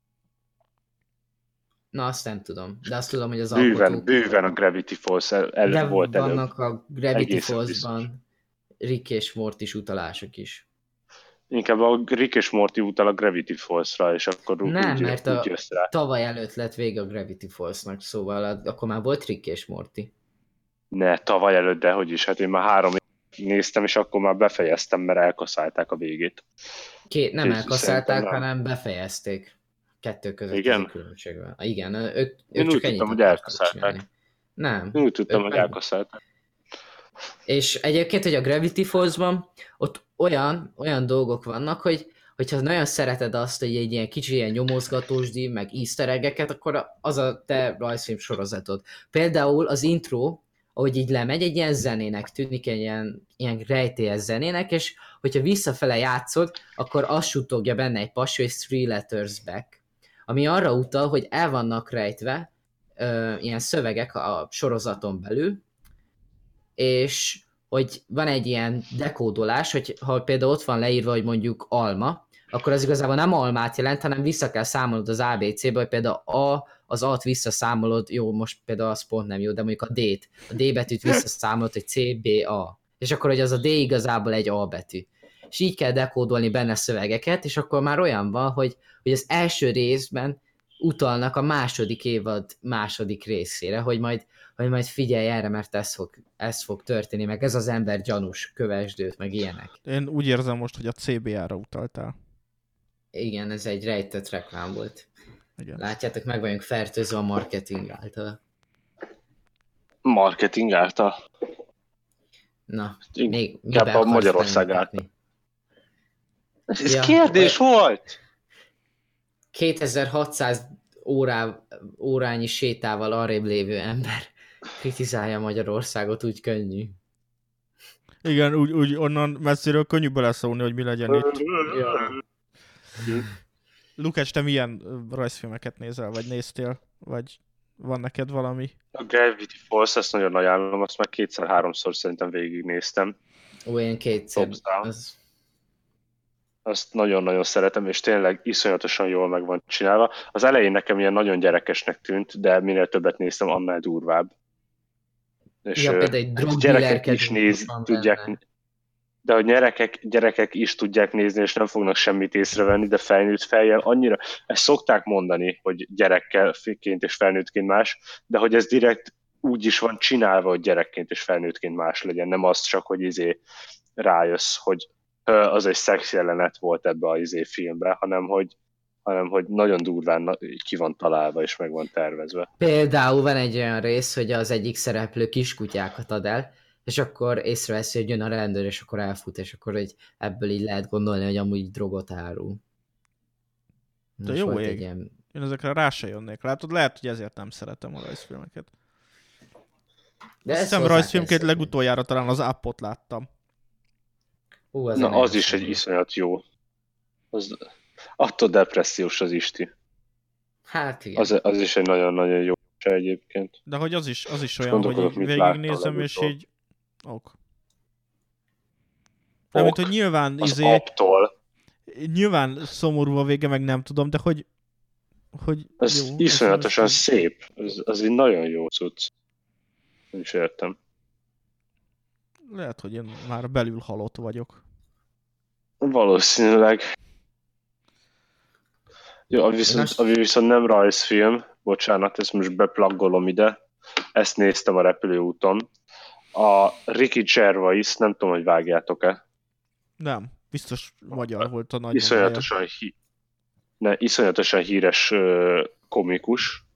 S3: Na, azt nem tudom, de azt tudom, hogy az
S2: bőven,
S3: alkotók...
S2: Bőven a Gravity Falls el, el,
S3: de
S2: volt előbb.
S3: De vannak a Gravity
S2: Egészen
S3: Falls-ban
S2: biztos.
S3: Rick és Morty utalások is.
S2: Inkább a Rick és Morty utal a Gravity Falls-ra, és akkor
S3: nem,
S2: úgy,
S3: mert
S2: úgy jössz rá.
S3: Tavaly előtt lett vége a Gravity Falls-nak, szóval akkor már volt Rick és Morty.
S2: Ne, tavaly előtt, de hogy is, hát én már három év néztem, és akkor már befejeztem, mert elkaszálták a végét.
S3: Két, nem
S2: Két
S3: elkaszálták, nem. hanem befejezték. Kettő között
S2: igen?
S3: különbségben. Igen, ők, ők
S2: én
S3: csak
S2: úgy tudtam, hogy elkaszálták.
S3: Nem.
S2: Én úgy tudtam, hogy meg... elkaszálták.
S3: És egyébként, hogy a Gravity Falls-ban ott olyan, olyan dolgok vannak, hogy hogyha nagyon szereted azt, hogy egy ilyen kicsi ilyen nyomozgatósdi, meg easter egg-eket, akkor az a te rajzfilm sorozatod. Például az intro, ahogy így lemegy, egy ilyen zenének tűnik, egy ilyen, ilyen rejtélyes zenének, és hogyha visszafele játszod, akkor azt suttogja benne egy passi, hogy three letters back, ami arra utal, hogy el vannak rejtve ö, ilyen szövegek a sorozaton belül, és hogy van egy ilyen dekódolás, hogy ha például ott van leírva, hogy mondjuk alma, akkor az igazából nem almát jelent, hanem vissza kell számolnod az á bé cé-be, hogy például A, az A-t visszaszámolod, jó, most például az pont nem jó, de mondjuk a D-t, a D betűt visszaszámolod, hogy C, B, A. És akkor, hogy az a D igazából egy A betű. És így kell dekódolni benne szövegeket, és akkor már olyan van, hogy, hogy az első részben utalnak a második évad második részére, hogy majd, hogy majd figyelj erre, mert ez fog, ez fog történni, meg ez az ember gyanús, kövesd őt, meg ilyenek.
S1: Én úgy érzem most, hogy a cé bé á-ra utaltál.
S3: Igen, ez egy rejtett reklám volt.
S1: Igen.
S3: Látjátok, meg vagyunk fertőzve a marketing által.
S2: Marketing által?
S3: Na,
S2: Ink-
S3: még
S2: inkább
S3: miben
S2: a
S3: akarsz
S2: Magyarország
S3: bennünket?
S2: Ez
S3: Ja,
S2: kérdés
S3: vagy-
S2: volt!
S3: kétezer-hatszáz órá, órányi sétával arrébb lévő ember kritizálja Magyarországot, úgy könnyű.
S1: Igen, úgy, úgy onnan messziről könnyű beleszólni, hogy mi legyen itt.
S3: Ja.
S1: Lukács, te milyen ö, rajzfilmeket nézel, vagy néztél? Vagy van neked valami?
S2: A Gravity Falls, ezt nagyon ajánlom, azt már kétszer-háromszor szerintem végignéztem.
S3: Ó, én kétszer.
S2: Thumbs down.
S3: Az...
S2: Azt nagyon-nagyon szeretem, és tényleg iszonyatosan jól meg van csinálva. Az elején nekem ilyen nagyon gyerekesnek tűnt, de minél többet néztem, annál durvább. És
S3: Ja,
S2: ö,
S3: például egy
S2: ezt
S3: drogdealer
S2: gyerekek is néz,
S3: van
S2: tudják,
S3: benne.
S2: de hogy gyerekek, gyerekek is tudják nézni, és nem fognak semmit észrevenni, de felnőtt fejjel annyira, ezt szokták mondani, hogy gyerekként és felnőttként más, de hogy ez direkt úgy is van csinálva, hogy gyerekként és felnőttként más legyen, nem az csak, hogy izé rájössz, hogy ö, az egy szex jelenet volt ebbe a izé filmbe, hanem hogy, hanem hogy nagyon durván na- ki van találva és meg van tervezve.
S3: Például van egy olyan rész, hogy az egyik szereplő kiskutyákat ad el, és akkor észreveszi, hogy jön a rendőr, és akkor elfut, és akkor hogy ebből így lehet gondolni, hogy amúgy drogot árul.
S1: De
S3: És
S1: jó
S3: volt
S1: ég.
S3: egy ilyen...
S1: Én ezekre rá se jönnék. Látod, lehet, hogy ezért nem szeretem a rajzfilmeket.
S3: De
S1: Azt
S3: ezt
S1: hiszem
S3: hozzá
S1: rajzfilmként
S3: kell szedni.
S1: legutoljára talán az Appot láttam.
S3: Ú, az
S2: Na,
S3: én
S2: az is egy
S3: elszomorú.
S2: iszonyat jó. Az, attól depressziós az Isti.
S3: Hát igen.
S2: Az, az is egy nagyon-nagyon jó se egyébként.
S1: De hogy az is, az is
S2: És
S1: olyan, hogy
S2: gondolkodok,
S1: így
S2: mit
S1: végignézem,
S2: láttam
S1: és
S2: legutóbb.
S1: így... Ok. De mint, hogy nyilván,
S2: Az
S1: izé,
S2: aptól.
S1: nyilván szomorú a vége, meg nem tudom, de hogy... hogy
S2: Ez
S1: jó,
S2: iszonyatosan
S1: ez-
S2: szép. Ez, az egy nagyon jó cucc. Nem is értem.
S1: Lehet, hogy én már belül halott vagyok.
S2: Valószínűleg. Jó, ami viszont,
S3: azt-
S2: ami viszont nem rajzfilm, bocsánat, ezt most beplaggolom ide, ezt néztem a repülőúton. A Ricky Gervais, nem tudom, hogy vágjátok-e.
S1: Nem, biztos magyar volt a nagy
S2: Iszonyatosan, hi- ne, iszonyatosan híres uh, komikus.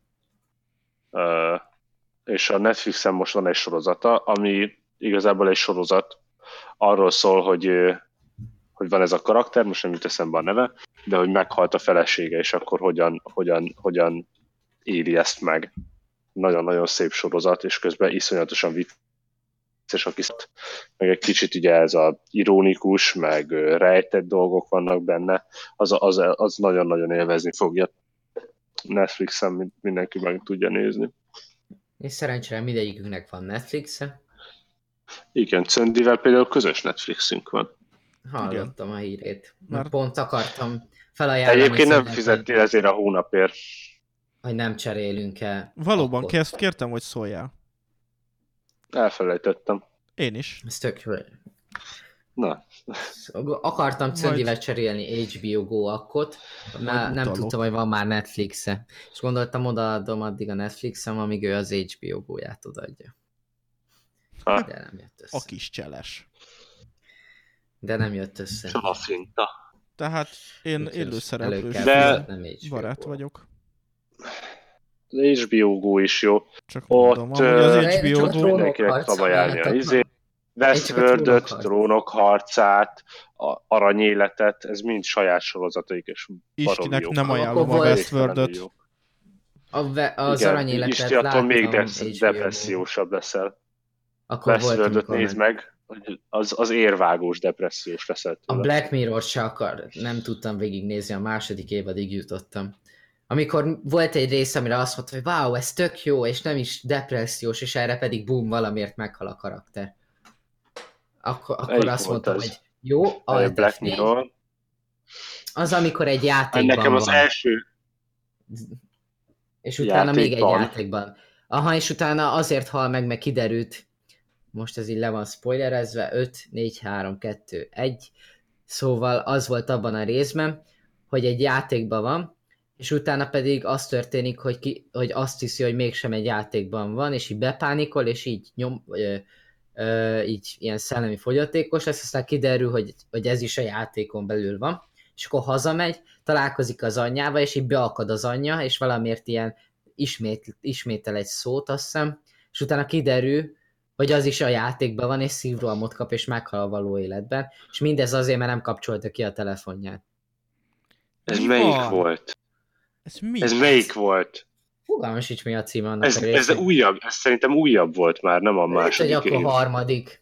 S2: Uh, és a Netflixen most van egy sorozata, ami igazából egy sorozat. Arról szól, hogy, uh, hogy van ez a karakter, most nem jut eszembe a neve, de hogy meghalt a felesége, és akkor hogyan, hogyan, hogyan éli ezt meg. Nagyon-nagyon szép sorozat, és közben iszonyatosan vicces, aki meg egy kicsit ugye ez a ironikus, meg ö, rejtett dolgok vannak benne, az, az, az nagyon-nagyon élvezni fogja. Netflixen mindenki meg tudja nézni.
S3: És szerencsére mindegyikünknek van Netflixe.
S2: Igen, Cöndivel például közös Netflixünk van.
S3: Hallottam a hírét.
S1: Már-
S3: Már pont akartam felajánlani.
S2: Egyébként nem
S3: Szönynek,
S2: fizettél ezért a hónapért.
S3: Hogy, hogy nem cserélünk el.
S1: Valóban,
S3: akkor.
S1: kezd, kértem, hogy szóljál.
S2: Elfelejtettem.
S1: Én is.
S3: Ez tök jó.
S2: Na,
S3: Akartam Cöndivel
S1: Majd-
S3: cserélni há bé o Go akkot,
S1: Majd
S3: mert nem
S1: utalok.
S3: tudtam, hogy van már Netflixe. És gondoltam, odaadom addig a Netflixem, amíg ő az há bé o Go-ját odaadja.
S2: ha,
S3: De nem jött össze.
S1: A kis cseles.
S3: De nem jött össze.
S2: a finta.
S1: Tehát én
S3: Úgyhogy
S1: élőszereplős
S3: elő kell
S2: De-
S3: fizetnem há bé o
S1: barát
S3: Go.
S1: vagyok.
S2: Az há bé o Go is jó.
S1: Csak
S2: Ott,
S1: mondom, amúgy az
S2: ö,
S1: há bé o
S3: Csak
S1: Go...
S3: trónok
S2: Mindenkinek
S3: harca
S2: tudom ajánlani a
S3: miatt
S2: izé.
S3: Én csak a
S2: Westworld-öt,
S3: trónok harca.
S2: Trónok harcát, a Aranyéletet, ez mind saját sorozataik, és baromi
S1: Istinek
S2: jók.
S1: nem
S3: Akkor
S1: ajánlom a
S3: volt-
S1: Westworld-öt.
S2: Jók.
S3: A ve- az
S2: Igen,
S3: aranyéletet
S2: Isti, attól még
S3: láttam
S2: de-
S3: há bé o Go.
S2: depressziósabb leszel.
S3: Akkor volt,
S2: Westworld-öt
S3: amikor
S2: nézd
S3: meg-
S2: meg, hogy az, az érvágós depressziós leszel
S3: A
S2: tőle.
S3: Black Mirror se akar, nem tudtam végignézni, a második évadig jutottam. Amikor volt egy rész, amire azt mondta, hogy wow, ez tök jó, és nem is depressziós, és erre pedig boom, valamiért meghal a karakter. Akkor, akkor
S2: Melyik
S3: azt
S2: volt
S3: mondtam,
S2: az?
S3: hogy jó,
S2: A
S3: Alt
S2: Black
S3: F négy,
S2: Mirror.
S3: az amikor egy játékban
S2: Nekem az
S3: van.
S2: első
S3: És utána még egy
S2: játékban.
S3: játékban. Aha, és utána azért hal meg, meg kiderült, most ez így le van spoilerezve, öt, négy, három, kettő, egy. Szóval az volt abban a részben, hogy egy játékban van, és utána pedig az történik, hogy, ki, hogy azt hiszi, hogy mégsem egy játékban van, és így bepánikol, és így nyom, ö, ö, így ilyen szellemi fogyatékos lesz, aztán kiderül, hogy, hogy ez is a játékon belül van, és akkor hazamegy, találkozik az anyjával, és így beakad az anyja, és valamiért ilyen ismét, ismétel egy szót, azt hiszem, és utána kiderül, hogy az is a játékban van, és szívrohamot kap, és meghal a való életben, és mindez azért, mert nem kapcsolta ki a telefonját.
S2: Ez
S1: Mi
S2: melyik
S1: van?
S2: volt?
S1: Ez mi?
S2: Ez melyik volt?
S3: Fogalmam sincs, mi a címe annak
S2: Ez,
S3: a
S2: ez
S3: résznek.
S2: újabb, ez szerintem újabb volt már, nem a
S3: Lehet, hogy
S2: második
S3: akkor
S2: év.
S3: harmadik.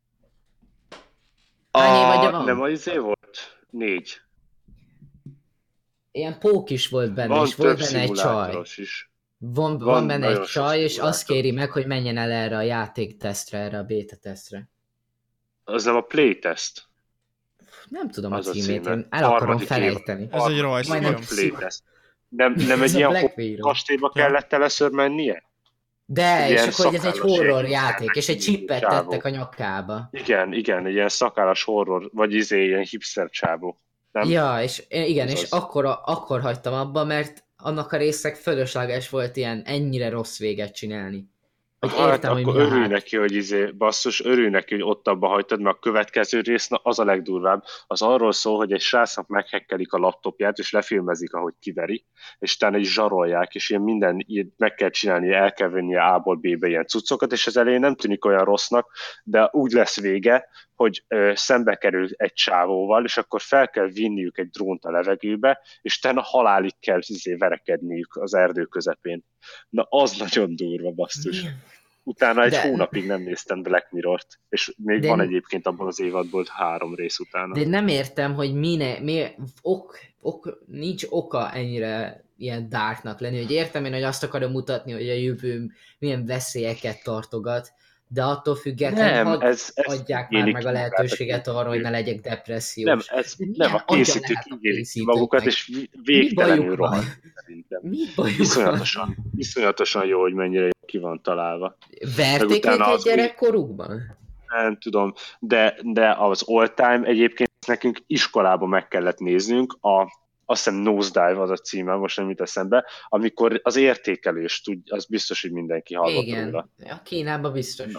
S3: Hány évadja van?
S2: Nem az izé volt? Négy.
S3: Ilyen pók is volt benne,
S2: Van
S3: és volt
S2: több
S3: benne egy csaj.
S2: szimulátoros is.
S3: Van, van,
S2: Van
S3: benne
S2: nagyon
S3: egy
S2: sok
S3: csaj, és
S2: szimulátor.
S3: azt kéri meg, hogy menjen el erre a játéktesztre, erre a beta tesztre.
S2: Az nem a playtest.
S3: Nem tudom
S2: Az
S3: a
S2: a
S3: címét,
S2: címe.
S3: én el akarom
S2: Harmadik év.
S3: felejteni.
S1: Ez egy rajzfilm.
S3: Majdnem
S2: Playtest. Nem, nem
S3: Ez
S2: egy
S3: a
S2: ilyen
S3: Black Mirror.
S2: kastélyba
S1: Ja.
S2: kellett először mennie?
S3: De,
S2: Egy
S3: és
S2: ilyen
S3: akkor hogy ez egy
S2: szakállas
S3: horror
S2: ilyen
S3: játék, és egy
S2: hipster
S3: csippet
S2: csávó.
S3: tettek a nyakába.
S2: Igen, igen, egy ilyen szakállas horror, vagy izé, ilyen hipster csávó. Nem?
S3: Ja, és igen,
S2: Ez
S3: és
S2: az.
S3: akkor, akkor hagytam abba, mert annak a résznek fölösleges volt ilyen ennyire rossz véget csinálni. Hogy
S2: Hát
S3: értem, hogy
S2: akkor
S3: mi a
S2: örülj
S3: hát.
S2: neki, hogy izé, basszus, örülj neki, hogy ott abba hagytad, mert a következő rész, na, az a legdurvább. Az arról szól, hogy egy srácnak meghekkelik a laptopját, és lefilmezik, ahogy kiveri, és utána is zsarolják, és ilyen minden így meg kell csinálni, el kell venni A-ból B-be ilyen cuccokat, és az elején nem tűnik olyan rossznak, de úgy lesz vége, hogy ö, szembe kerül egy csávóval, és akkor fel kell vinniük egy drónt a levegőbe, és utána halálig kell izé, verekedniük az erdő közepén. Na, az nagyon durva, basszus. Utána egy
S3: De-
S2: hónapig nem néztem Black Mirrort, és még
S3: De-
S2: van egyébként abban az évadból három rész utána.
S3: De nem értem, hogy mine, mi, ok, ok, nincs oka ennyire ilyen darknak lenni, hogy értem én, hogy azt akarom mutatni, hogy a jövő milyen veszélyeket tartogat, de attól függetlenül
S2: Nem,
S3: hadd
S2: ez- ez
S3: adják már
S2: élik
S3: meg a
S2: magát
S3: lehetőséget
S2: a
S3: arra, hogy ne
S2: készítők.
S3: legyek depressziós.
S2: Nem, ez
S3: Milyen
S2: nem a
S3: agya
S2: készítők
S3: lehet a
S2: így élik ki
S3: készítőknek?
S2: magukat, és vé-
S3: Mi
S2: végtelenül
S3: bajuk van?
S2: rohadt szerintem.
S3: Mi bajuk van?
S2: Iszonyatosan, iszonyatosan jó, hogy mennyire ki van találva.
S3: Verték
S2: utána
S3: őket
S2: az új-
S3: gyerekkorukban?
S2: Nem tudom, de, de az All Time egyébként nekünk iskolában meg kellett néznünk, a, azt hiszem Nosedive az a címe, most nem jut eszembe, amikor az értékelés, tud, az biztos, hogy mindenki hallott
S3: Igen,
S2: róla.
S3: a Kínában biztos.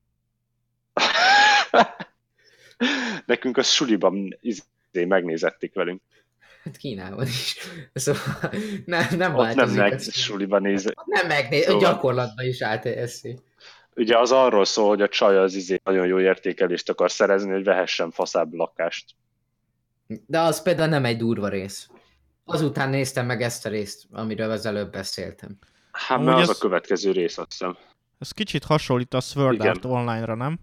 S2: Nekünk a suliban izé megnézették velünk.
S3: Hát Kínában is. Szóval nem, nem
S2: Ott nem
S3: változik.
S2: meg,
S3: ez.
S2: suliban nézett.
S3: Nem megnéz,
S2: Szóval-
S3: szóval... gyakorlatban is áteszi.
S2: Ugye az arról szól, hogy a csaj az izé nagyon jó értékelést akar szerezni, hogy vehessen faszább lakást.
S3: De az például nem egy durva rész. Azután néztem meg ezt a részt, amiről az előbb beszéltem.
S2: Hát
S1: Amúgy
S2: mert az
S1: ez-
S2: a következő rész, azt hiszem.
S1: Ez kicsit hasonlít a Sword
S2: Igen.
S1: Art Online-ra, nem?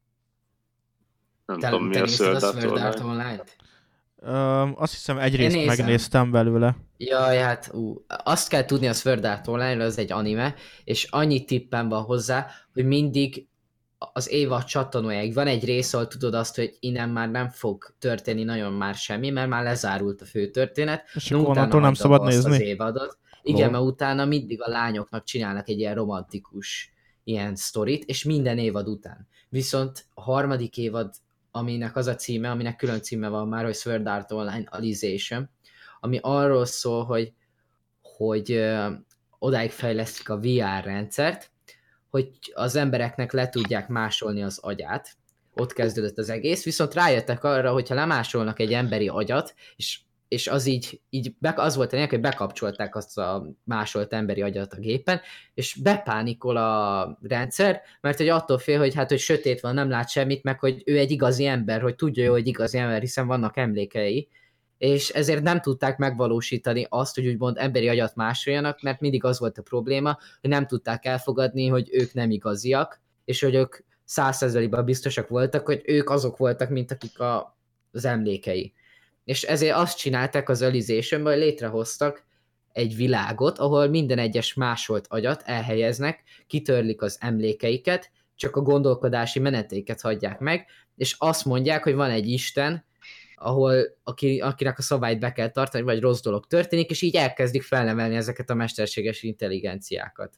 S2: Nem
S3: Te,
S2: tudom, mi
S3: te
S2: a
S3: nézted a
S2: Sword Art
S3: Sword Art
S2: Online.
S3: Online-t?
S1: Öm, azt hiszem egy részt
S3: nézem.
S1: megnéztem belőle.
S3: Jaj, hát ú, azt kell tudni a Sword Art Online-ről, az egy anime, és annyi tippem van hozzá, hogy mindig az évad csattanójáig van egy rész, ahol tudod azt, hogy innen már nem fog történni nagyon már semmi, mert már lezárult a főtörténet.
S1: És
S3: No,
S1: akkor
S3: utána
S1: onnantól nem
S3: hagyd
S1: szabad
S3: abba azt
S1: nézni?
S3: Az évadot. Igen,
S1: Lol.
S3: mert utána mindig a lányoknak csinálnak egy ilyen romantikus ilyen sztorit, és minden évad után. Viszont a harmadik évad, aminek az a címe, aminek külön címe van már, hogy Sword Art Online Alicization, ami arról szól, hogy, hogy ö, odáig fejlesztik a vé er rendszert, hogy az embereknek le tudják másolni az agyát. Ott kezdődött az egész, viszont rájöttek arra, hogyha lemásolnak egy emberi agyat, és, és az így, így be, az volt a lényeg, hogy bekapcsolták azt a másolt emberi agyat a gépen, és bepánikol a rendszer, mert hogy attól fél, hogy hát, hogy sötét van, nem lát semmit, meg hogy ő egy igazi ember, hogy tudja jó, hogy igazi ember, hiszen vannak emlékei, és ezért nem tudták megvalósítani azt, hogy úgymond emberi agyat másoljanak, mert mindig az volt a probléma, hogy nem tudták elfogadni, hogy ők nem igaziak, és hogy ők száz százalékban biztosak voltak, hogy ők azok voltak, mint akik a, az emlékei. És ezért azt csinálták az Alicization-ben, hogy létrehoztak egy világot, ahol minden egyes másolt agyat elhelyeznek, kitörlik az emlékeiket, csak a gondolkodási meneteiket hagyják meg, és azt mondják, hogy van egy Isten, ahol aki, akinek a szabályt be kell tartani, vagy rossz dolog történik, és így elkezdik felnevelni ezeket a mesterséges intelligenciákat,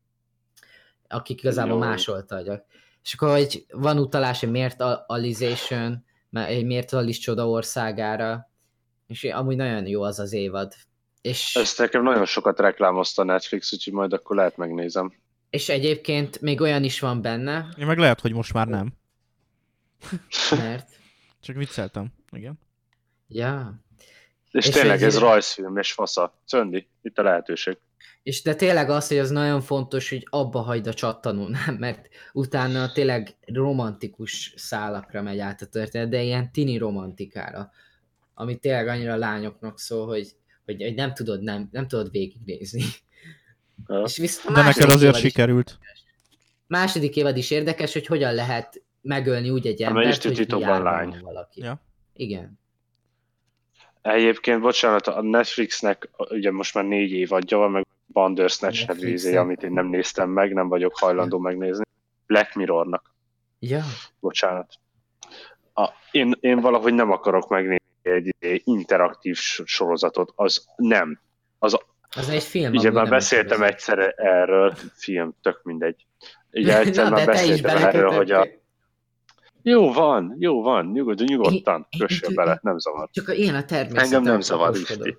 S3: akik igazából
S2: Jó.
S3: másolt agyak. És akkor, hogy van utalás, hogy miért Alicization, miért Alice csoda országára, és amúgy nagyon jó az az évad. És...
S2: Ezt nekem nagyon sokat reklámozta a Netflix, úgyhogy majd akkor lehet megnézem.
S3: És egyébként még olyan is van benne.
S1: Én meg lehet, hogy most már nem.
S3: Mert?
S1: Csak vicceltem, igen.
S3: Ja.
S2: És, és tényleg ez rajzfilm, és fasza. Czöndi, itt a lehetőség.
S3: És de tényleg az, hogy az nagyon fontos, hogy abba hagyd a csattanul, nem? Mert utána tényleg romantikus szálakra megy át a történet, de ilyen tini romantikára, ami tényleg annyira a lányoknak szól, hogy, hogy, hogy nem tudod nem, nem tudod végignézni.
S2: Ja.
S3: És visz,
S1: de neked azért sikerült.
S3: Második évad is érdekes, hogy hogyan lehet megölni úgy egy embert, hogy
S2: titokban lány.
S3: Valaki.
S1: Ja.
S3: Igen.
S2: Egyébként, bocsánat, a Netflixnek ugye most már négy évadja van, meg Bandersnatch nevű izé, amit én nem néztem meg, nem vagyok hajlandó ja. megnézni. Black Mirrornak.
S3: Ja.
S2: Bocsánat. A, én, én valahogy nem akarok megnézni egy, egy interaktív sorozatot, az nem. Az,
S3: az egy film.
S2: Ugye már beszéltem egyszer erről, film, tök mindegy. Ugye egyszer Na, már beszéltem erről, hogy a... Jó van, jó van, nyugod, nyugodtan, kössön bele, nem zavar.
S3: Csak ilyen a természet.
S2: Engem nem zavar, Isti.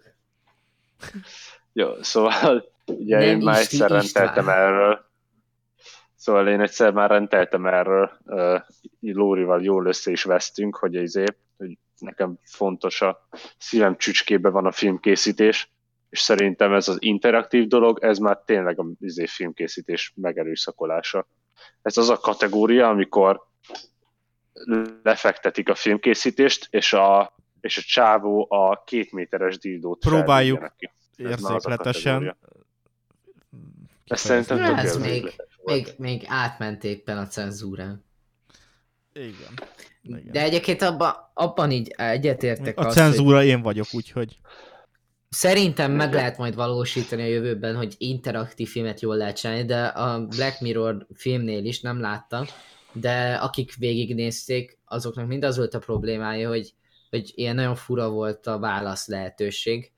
S2: Jó, szóval ugye nem én már Isti, egyszer István. rendeltem erről. Szóval én egyszer már rendeltem erről, uh, Lórival jól össze is vesztünk, hogy ezért, hogy nekem fontos a szívem csücskébe van a filmkészítés, és szerintem ez az interaktív dolog, ez már tényleg a izé, filmkészítés megerőszakolása. Ez az a kategória, amikor lefektetik a filmkészítést, és a, és a csávó a két méteres dildót
S1: próbáljuk érzékletesen.
S2: Ez szerintem
S3: ja, ez még, még, még átment éppen a cenzúrán.
S1: Igen. Igen.
S3: De egyébként abban, abban így egyetértek.
S1: A azt, cenzúra hogy... én vagyok, úgyhogy...
S3: Szerintem meg lehet majd valósítani a jövőben, hogy interaktív filmet jól lehet csinálni, de a Black Mirror filmnél is nem láttam, de akik végignézték, azoknak mind az volt a problémája, hogy, hogy ilyen nagyon fura volt a válasz lehetőség,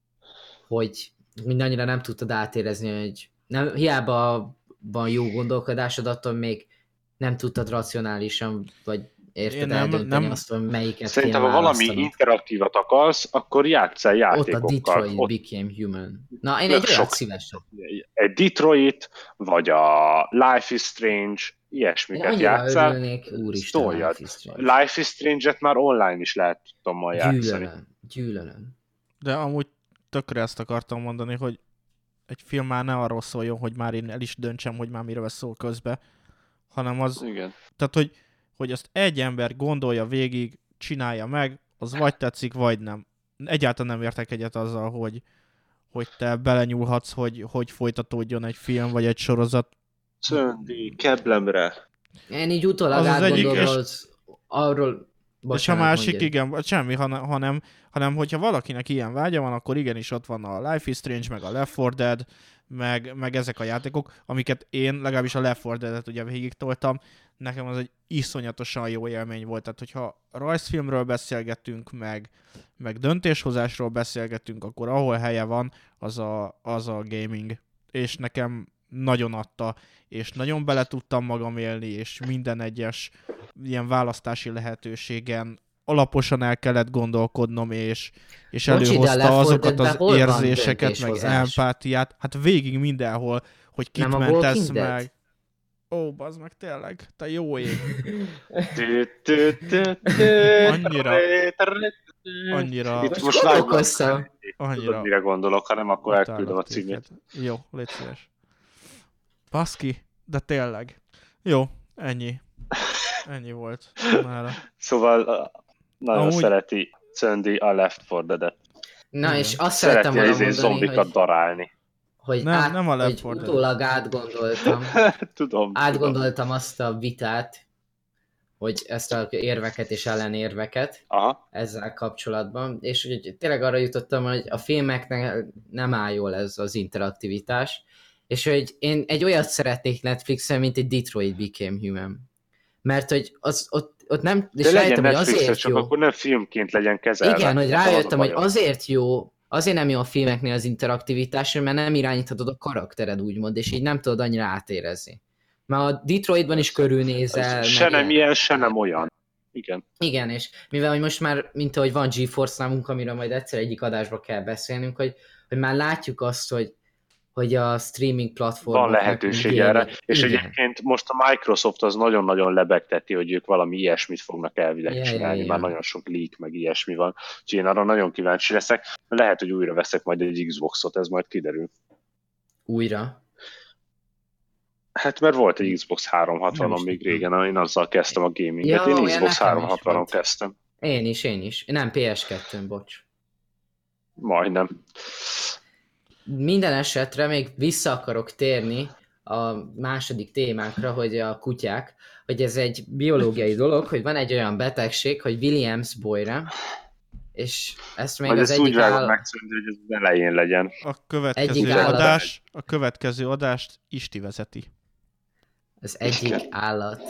S3: hogy mindannyira nem tudtad átérezni, hogy nem, hiába van jó gondolkodásod, attól még nem tudtad racionálisan, vagy érted nem, eldönteni nem, azt, hogy melyiket
S2: szerintem, ha valami interaktívat akarsz, akkor játsszál játékokkal.
S3: Ott a Detroit Ott... Became Human. Na, én egy olyat szívesen.
S2: Egy Detroit, vagy a Life is Strange, ilyesmiket játsszál.
S3: Örülnék, úristen,
S2: Life is Strange. Life is Strange-et már online is lehet tudtam ma játszani.
S3: Gyűlölöm, gyűlölöm.
S1: De amúgy tökre ezt akartam mondani, hogy egy film már ne arról szóljon, hogy már én el is döntsem, hogy már mire szól közbe, hanem az...
S2: Igen.
S1: Tehát, hogy, hogy azt egy ember gondolja végig, csinálja meg, az vagy tetszik, vagy nem. Egyáltalán nem értek egyet azzal, hogy, hogy te belenyúlhatsz, hogy, hogy folytatódjon egy film, vagy egy sorozat.
S2: Czöndi, keblemre.
S3: Én így utólag átgondolva az arról...
S1: És a másik, igen, semmi, hanem, hanem, hanem hogyha valakinek ilyen vágya van, akkor igenis ott van a Life is Strange, meg a Left four Dead, meg, meg ezek a játékok, amiket én legalábbis a Left four Dead-et ugye végig toltam, nekem az egy iszonyatosan jó élmény volt, tehát hogyha rajzfilmről beszélgetünk, meg, meg döntéshozásról beszélgetünk, akkor ahol helye van, az a, az a gaming, és nekem nagyon adta, és nagyon bele tudtam magam élni, és minden egyes ilyen választási lehetőségen alaposan el kellett gondolkodnom, és, és előhozta azokat az érzéseket, meg empátiát. Hát végig mindenhol, hogy kit mentesz meg. Ó, bazd meg, tényleg, te jó ég. Annyira. Annyira.
S2: Itt most
S3: vágom.
S2: Annyira. Mire gondolok, hanem akkor elküldöm a címét.
S1: Jó, légy szíves. Baszki, de tényleg. Jó, ennyi. Ennyi volt mára.
S2: Szóval nagyon Amúgy... szereti Czöndi a Left four Dead-et.
S3: Na, igen. És azt szeretem volna mondani,
S2: zombikat hogy... darálni.
S3: Hogy,
S1: nem,
S3: át,
S1: nem a Left
S3: hogy utólag átgondoltam.
S2: tudom.
S3: Átgondoltam tudom. azt a vitát, hogy ezt a érveket és ellenérveket
S2: Aha.
S3: ezzel kapcsolatban, és hogy tényleg arra jutottam, hogy a filmeknek nem áll jól ez az interaktivitás, és hogy én egy olyat szeretnék Netflixen, mint egy Detroit Became Human. Mert hogy az, ott, ott nem...
S2: De és legyen Netflixen, csak jó. Akkor nem filmként legyen kezelve.
S3: Igen, hogy rájöttem, hogy azért jó, azért nem jó a filmeknél az interaktivitás, mert nem irányíthatod a karaktered, úgymond, és így nem tudod annyira átérezni. Mert a Detroitban is körülnézel.
S2: Se nem ilyen, se nem olyan. Igen.
S3: Igen, és mivel hogy most már, mint ahogy van GeForce számunk, amiről majd egyszer egyik adásba kell beszélnünk, hogy, hogy már látjuk azt, hogy, hogy a streaming platformok...
S2: Van lehetőség erre, és igen. Egyébként most a Microsoft az nagyon-nagyon lebegteti, hogy ők valami ilyesmit fognak elvileg yeah, csinálni, yeah, yeah. már nagyon sok leak, meg ilyesmi van. Úgyhogy én arra nagyon kíváncsi leszek, lehet, hogy újra veszek majd egy Xboxot, ez majd kiderül.
S3: Újra?
S2: Hát mert volt egy Xbox háromszázhatvanon még régen, én azzal kezdtem a gaminget,
S3: ja,
S2: én Xbox háromszázhatvanon kezdtem.
S3: Én is, én is. Nem, pé es kettőn, bocs.
S2: Majdnem.
S3: Minden esetre még vissza akarok térni a második témánkra, hogy a kutyák, hogy ez egy biológiai dolog, hogy van egy olyan betegség, hogy Williams-Boyre, és ezt még
S2: Majd
S3: az
S2: ezt
S3: egyik
S2: úgy vágod
S3: áll...
S2: megszűnni, hogy ez az elején legyen.
S1: A következő, adás, a következő adást Isti vezeti.
S3: Az egyik állat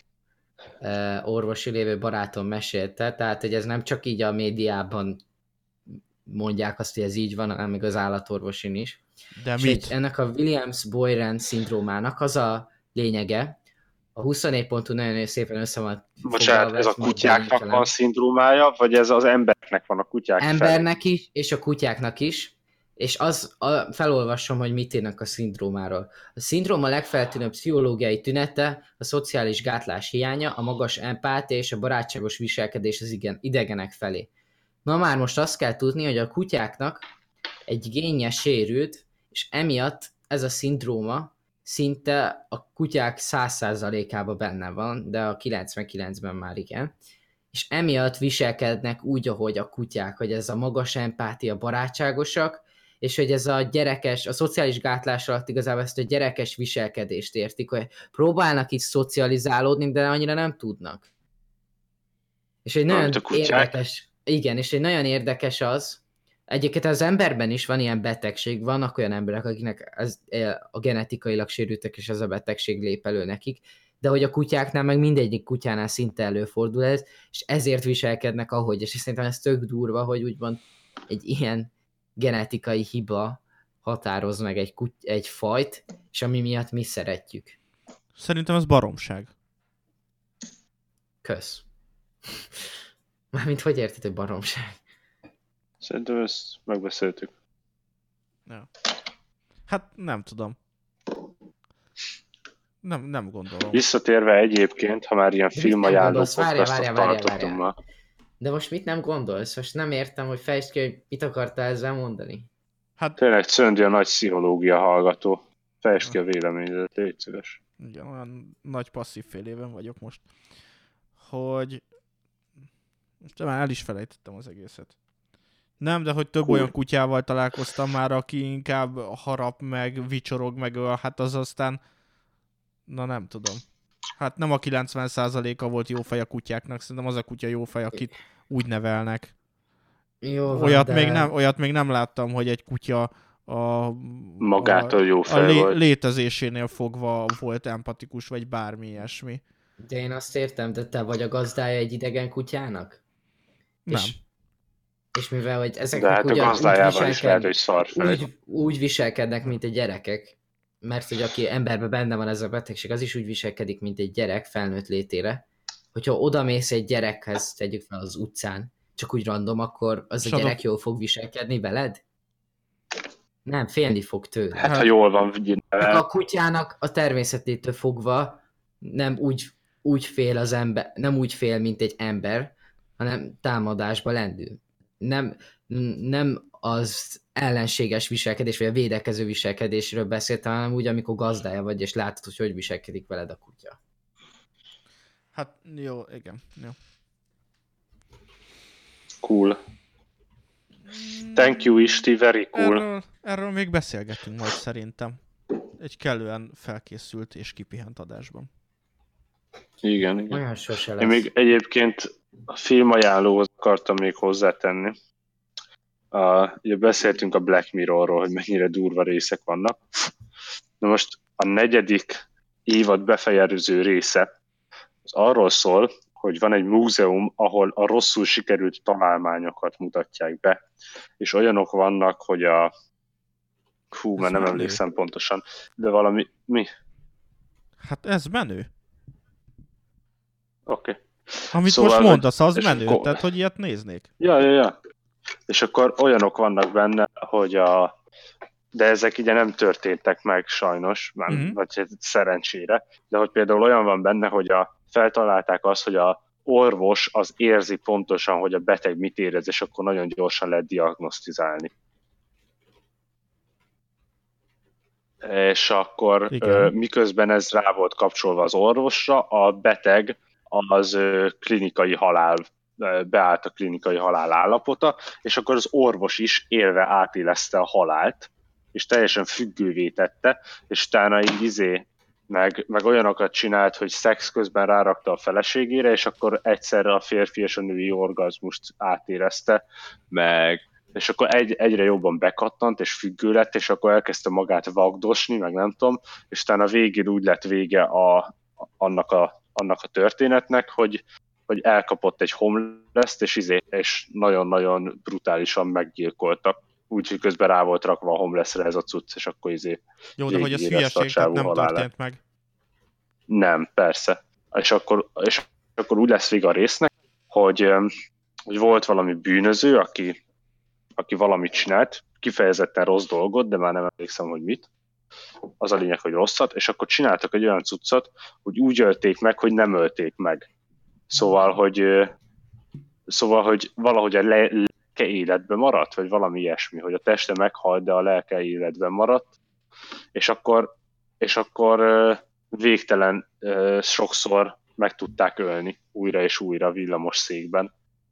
S3: uh, orvosi lévő barátom mesélte, tehát hogy ez nem csak így a médiában mondják azt, hogy ez így van, hanem még az állatorvosin is.
S1: De
S3: és
S1: mit?
S3: Ennek a Williams-Boyren szindrómának az a lényege, a huszonnégy pont hu nagyon szépen össze van
S2: Bocsánat, ez a kutyáknak van szindrómája, vagy ez az embernek van a kutyák
S3: Embernek felé? Is, és a kutyáknak is, és az, a, felolvasom, hogy mit írnak a szindrómáról. A szindróm a legfeltűnőbb pszichológiai tünete, a szociális gátlás hiánya, a magas empátia és a barátságos viselkedés az igen, idegenek felé. Na már most azt kell tudni, hogy a kutyáknak egy génje sérült, és emiatt ez a szindróma szinte a kutyák száz százalékában benne van, de a kilencvenkilencben már igen. És emiatt viselkednek úgy, ahogy a kutyák, hogy ez a magas empátia, barátságosak, és hogy ez a gyerekes, a szociális gátlás alatt igazából ezt a gyerekes viselkedést értik, hogy próbálnak itt szocializálódni, de annyira nem tudnak. És egy nagyon érdekes, igen, és egy nagyon érdekes az, egyébként az emberben is van ilyen betegség, vannak olyan emberek, akiknek ez, a genetikailag sérültek, és ez a betegség lép elő nekik, de hogy a kutyáknál, meg mindegyik kutyánál szinte előfordul ez, és ezért viselkednek ahogy, és szerintem ez tök durva, hogy úgymond egy ilyen genetikai hiba határoz meg egy, kuty- egy fajt, és ami miatt mi szeretjük.
S1: Szerintem ez baromság.
S3: Kösz. Mármint hogy érted, hogy baromság?
S2: Szerintem ezt megbeszéltük.
S1: Ja. Hát nem tudom. Nem, nem gondolom.
S2: Visszatérve egyébként, ha már ilyen filmajánló podcastot tartottunk ma.
S3: De most mit nem gondolsz? Most nem értem, hogy fejtsd ki, hogy mit akartál ezzel mondani.
S2: Hát tényleg Czöndi a nagy pszichológia hallgató. Fejtsd ki a véleményedet, légy szíves.
S1: Igen, olyan nagy passzív fél éven vagyok most, hogy most már el is felejtettem az egészet. Nem, de hogy több Hú. olyan kutyával találkoztam már, aki inkább harap meg, vicsorog meg, hát az aztán, na nem tudom. Hát nem a kilencven százaléka volt jó fej a kutyáknak, szerintem az a kutya jó fej, akit úgy nevelnek.
S3: Jó van,
S1: olyat,
S3: de...
S1: még nem, olyat még nem láttam, hogy egy kutya a,
S2: magától a, jó fej
S1: a lé,
S2: volt.
S1: létezésénél fogva volt empatikus, vagy bármi ilyesmi.
S3: De én azt értem, de te vagy a gazdája egy idegen kutyának?
S1: Nem.
S3: És, és mivel, hogy ezeknek
S2: de hát
S3: ugye
S2: a gazdájával is lehet, hogy szar
S3: úgy, úgy viselkednek, mint egy gyerekek, mert hogy aki emberben benne van ez a betegség, az is úgy viselkedik, mint egy gyerek felnőtt létére. Hogyha odamész egy gyerekhez, tegyük fel az utcán, csak úgy random, akkor az a gyerek jól fog viselkedni veled? Nem, félni fog tőle.
S2: Hát, ha jól van, vigyél el.
S3: A kutyának a természetétől fogva nem úgy, úgy fél az ember, nem úgy fél, mint egy ember, hanem támadásba lendül. Nem, nem az ellenséges viselkedés, vagy a védekező viselkedésről beszéltem, hanem úgy, amikor gazdája vagy, és látod, hogy hogy viselkedik veled a kutya.
S1: Hát jó, igen. Jó.
S2: Cool. Thank you, Isti, very cool.
S1: Erről, erről még beszélgetünk majd szerintem. Egy kellően felkészült és kipihent adásban.
S2: Igen, igen.
S3: Olyan sose lesz.
S2: Én még egyébként a filmajánlóhoz akartam még hozzátenni. Uh, ugye beszéltünk a Black Mirrorról, hogy mennyire durva részek vannak. Na most a negyedik évad befejező része az arról szól, hogy van egy múzeum, ahol a rosszul sikerült találmányokat mutatják be. És olyanok vannak, hogy a... Hú, mert nem menő. Emlékszem pontosan, de valami... Mi?
S1: Hát ez menő.
S2: Oké. Okay.
S1: Amit szóval, most mondasz, az menő, hogy... tehát hogy ilyet néznék.
S2: Ja, ja, ja. És akkor olyanok vannak benne, hogy a... De ezek ugye nem történtek meg sajnos, már, mm-hmm. vagy szerencsére, de hogy például olyan van benne, hogy a, feltalálták azt, hogy a orvos az érzi pontosan, hogy a beteg mit érez, és akkor nagyon gyorsan lehet diagnosztizálni. És akkor ö, miközben ez rá volt kapcsolva az orvosra, a beteg az ö, klinikai halál, beállt a klinikai halál állapota, és akkor az orvos is élve átélezte a halált, és teljesen függővé tette, és utána így izé, meg, meg olyanokat csinált, hogy szex közben rárakta a feleségére, és akkor egyszerre a férfi és a női orgazmust átérezte, meg és akkor egy, egyre jobban bekattant, és függő lett, és akkor elkezdte magát vagdosni, meg nem tudom, és utána a végén úgy lett vége a, annak, a, annak a történetnek, hogy, hogy elkapott egy homeless-t, és, izé, és nagyon-nagyon brutálisan meggyilkoltak. Úgyhogy közben rá volt rakva a homeless-re ez a cucc, és akkor izé...
S1: Jó, de hogy ez hülyeség, tehát nem halálát. Történt meg.
S2: Nem, persze. És akkor, és akkor úgy lesz vége a résznek, hogy, hogy volt valami bűnöző, aki aki valamit csinált, kifejezetten rossz dolgot, de már nem emlékszem, hogy mit. Az a lényeg, hogy rosszat, és akkor csináltak egy olyan cuccot, hogy úgy ölték meg, hogy nem ölték meg. Szóval, hogy, szóval, hogy valahogy a lelke életben maradt, vagy valami ilyesmi, hogy a teste meghalt, de a lelke életben maradt, és akkor, és akkor végtelen sokszor meg tudták ölni újra és újra villamos székben.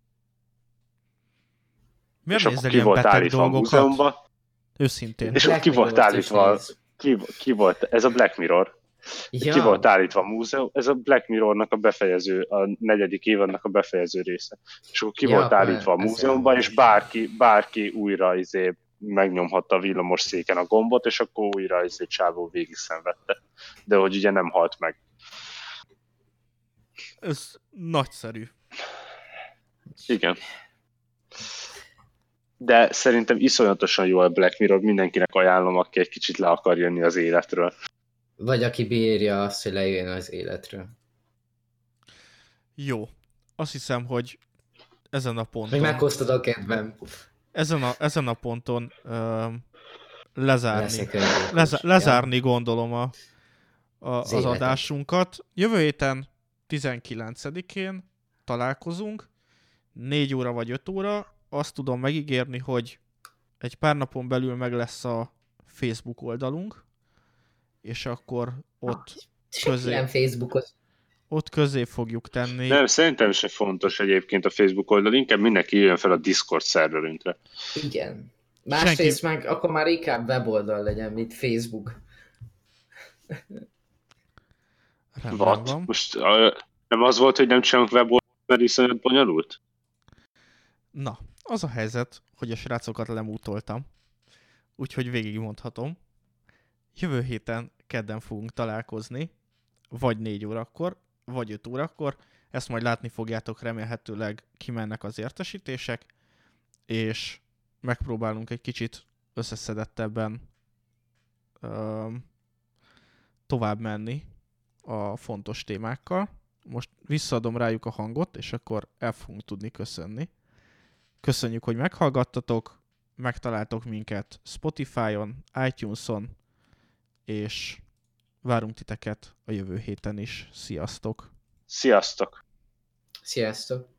S1: Miért és akkor ki volt állítva a múzeumba. Őszintén.
S2: És ki volt állítva, ki, ki volt, ez a Black Mirror. Ja. Ki volt állítva a múzeum, ez a Black Mirrornak a befejező, a negyedik évadnak a befejező része. És akkor ki ja, volt állítva a múzeumban, és bárki, bárki újra izé megnyomhatta a villamos széken a gombot, és akkor újra izé csávó végig szenvedte. De hogy ugye nem halt meg.
S1: Ez nagyszerű.
S2: Igen. De szerintem iszonyatosan jó a Black Mirror, mindenkinek ajánlom, aki egy kicsit le akar jönni az életről.
S3: Vagy aki bírja azt, hogy lejön az életről.
S1: Jó. Azt hiszem, hogy ezen a ponton...
S3: Még meghoztad a kedvem.
S1: Ezen a, ezen a ponton uh, lezárni, lez, lezárni gondolom a, a, az, az adásunkat. Jövő héten tizenkilencedikén találkozunk, négy óra vagy öt óra. Azt tudom megígérni, hogy egy pár napon belül meg lesz a Facebook oldalunk, és akkor ott közé,
S3: Facebookot.
S1: ott közé fogjuk tenni.
S2: Nem, szerintem se fontos egyébként a Facebook oldal, inkább mindenki jöjjön fel a Discord szerverünkre.
S3: Igen. Másrészt Senki... meg akkor már inkább weboldal legyen, mint Facebook.
S2: What? Most uh, nem az volt, hogy nem csinálunk weboldal, mert iszonyat bonyolult?
S1: Na, az a helyzet, hogy a srácokat lemútoltam, úgyhogy végigmondhatom. Jövő héten kedden fogunk találkozni, vagy négy órakor, vagy öt órakor. Ezt majd látni fogjátok, remélhetőleg kimennek az értesítések, és megpróbálunk egy kicsit összeszedettebben um, tovább menni a fontos témákkal. Most visszaadom rájuk a hangot, és akkor el fogunk tudni köszönni. Köszönjük, hogy meghallgattatok, megtaláltok minket Spotify-on, iTunes-on, és várunk titeket a jövő héten is. Sziasztok!
S2: Sziasztok!
S3: Sziasztok!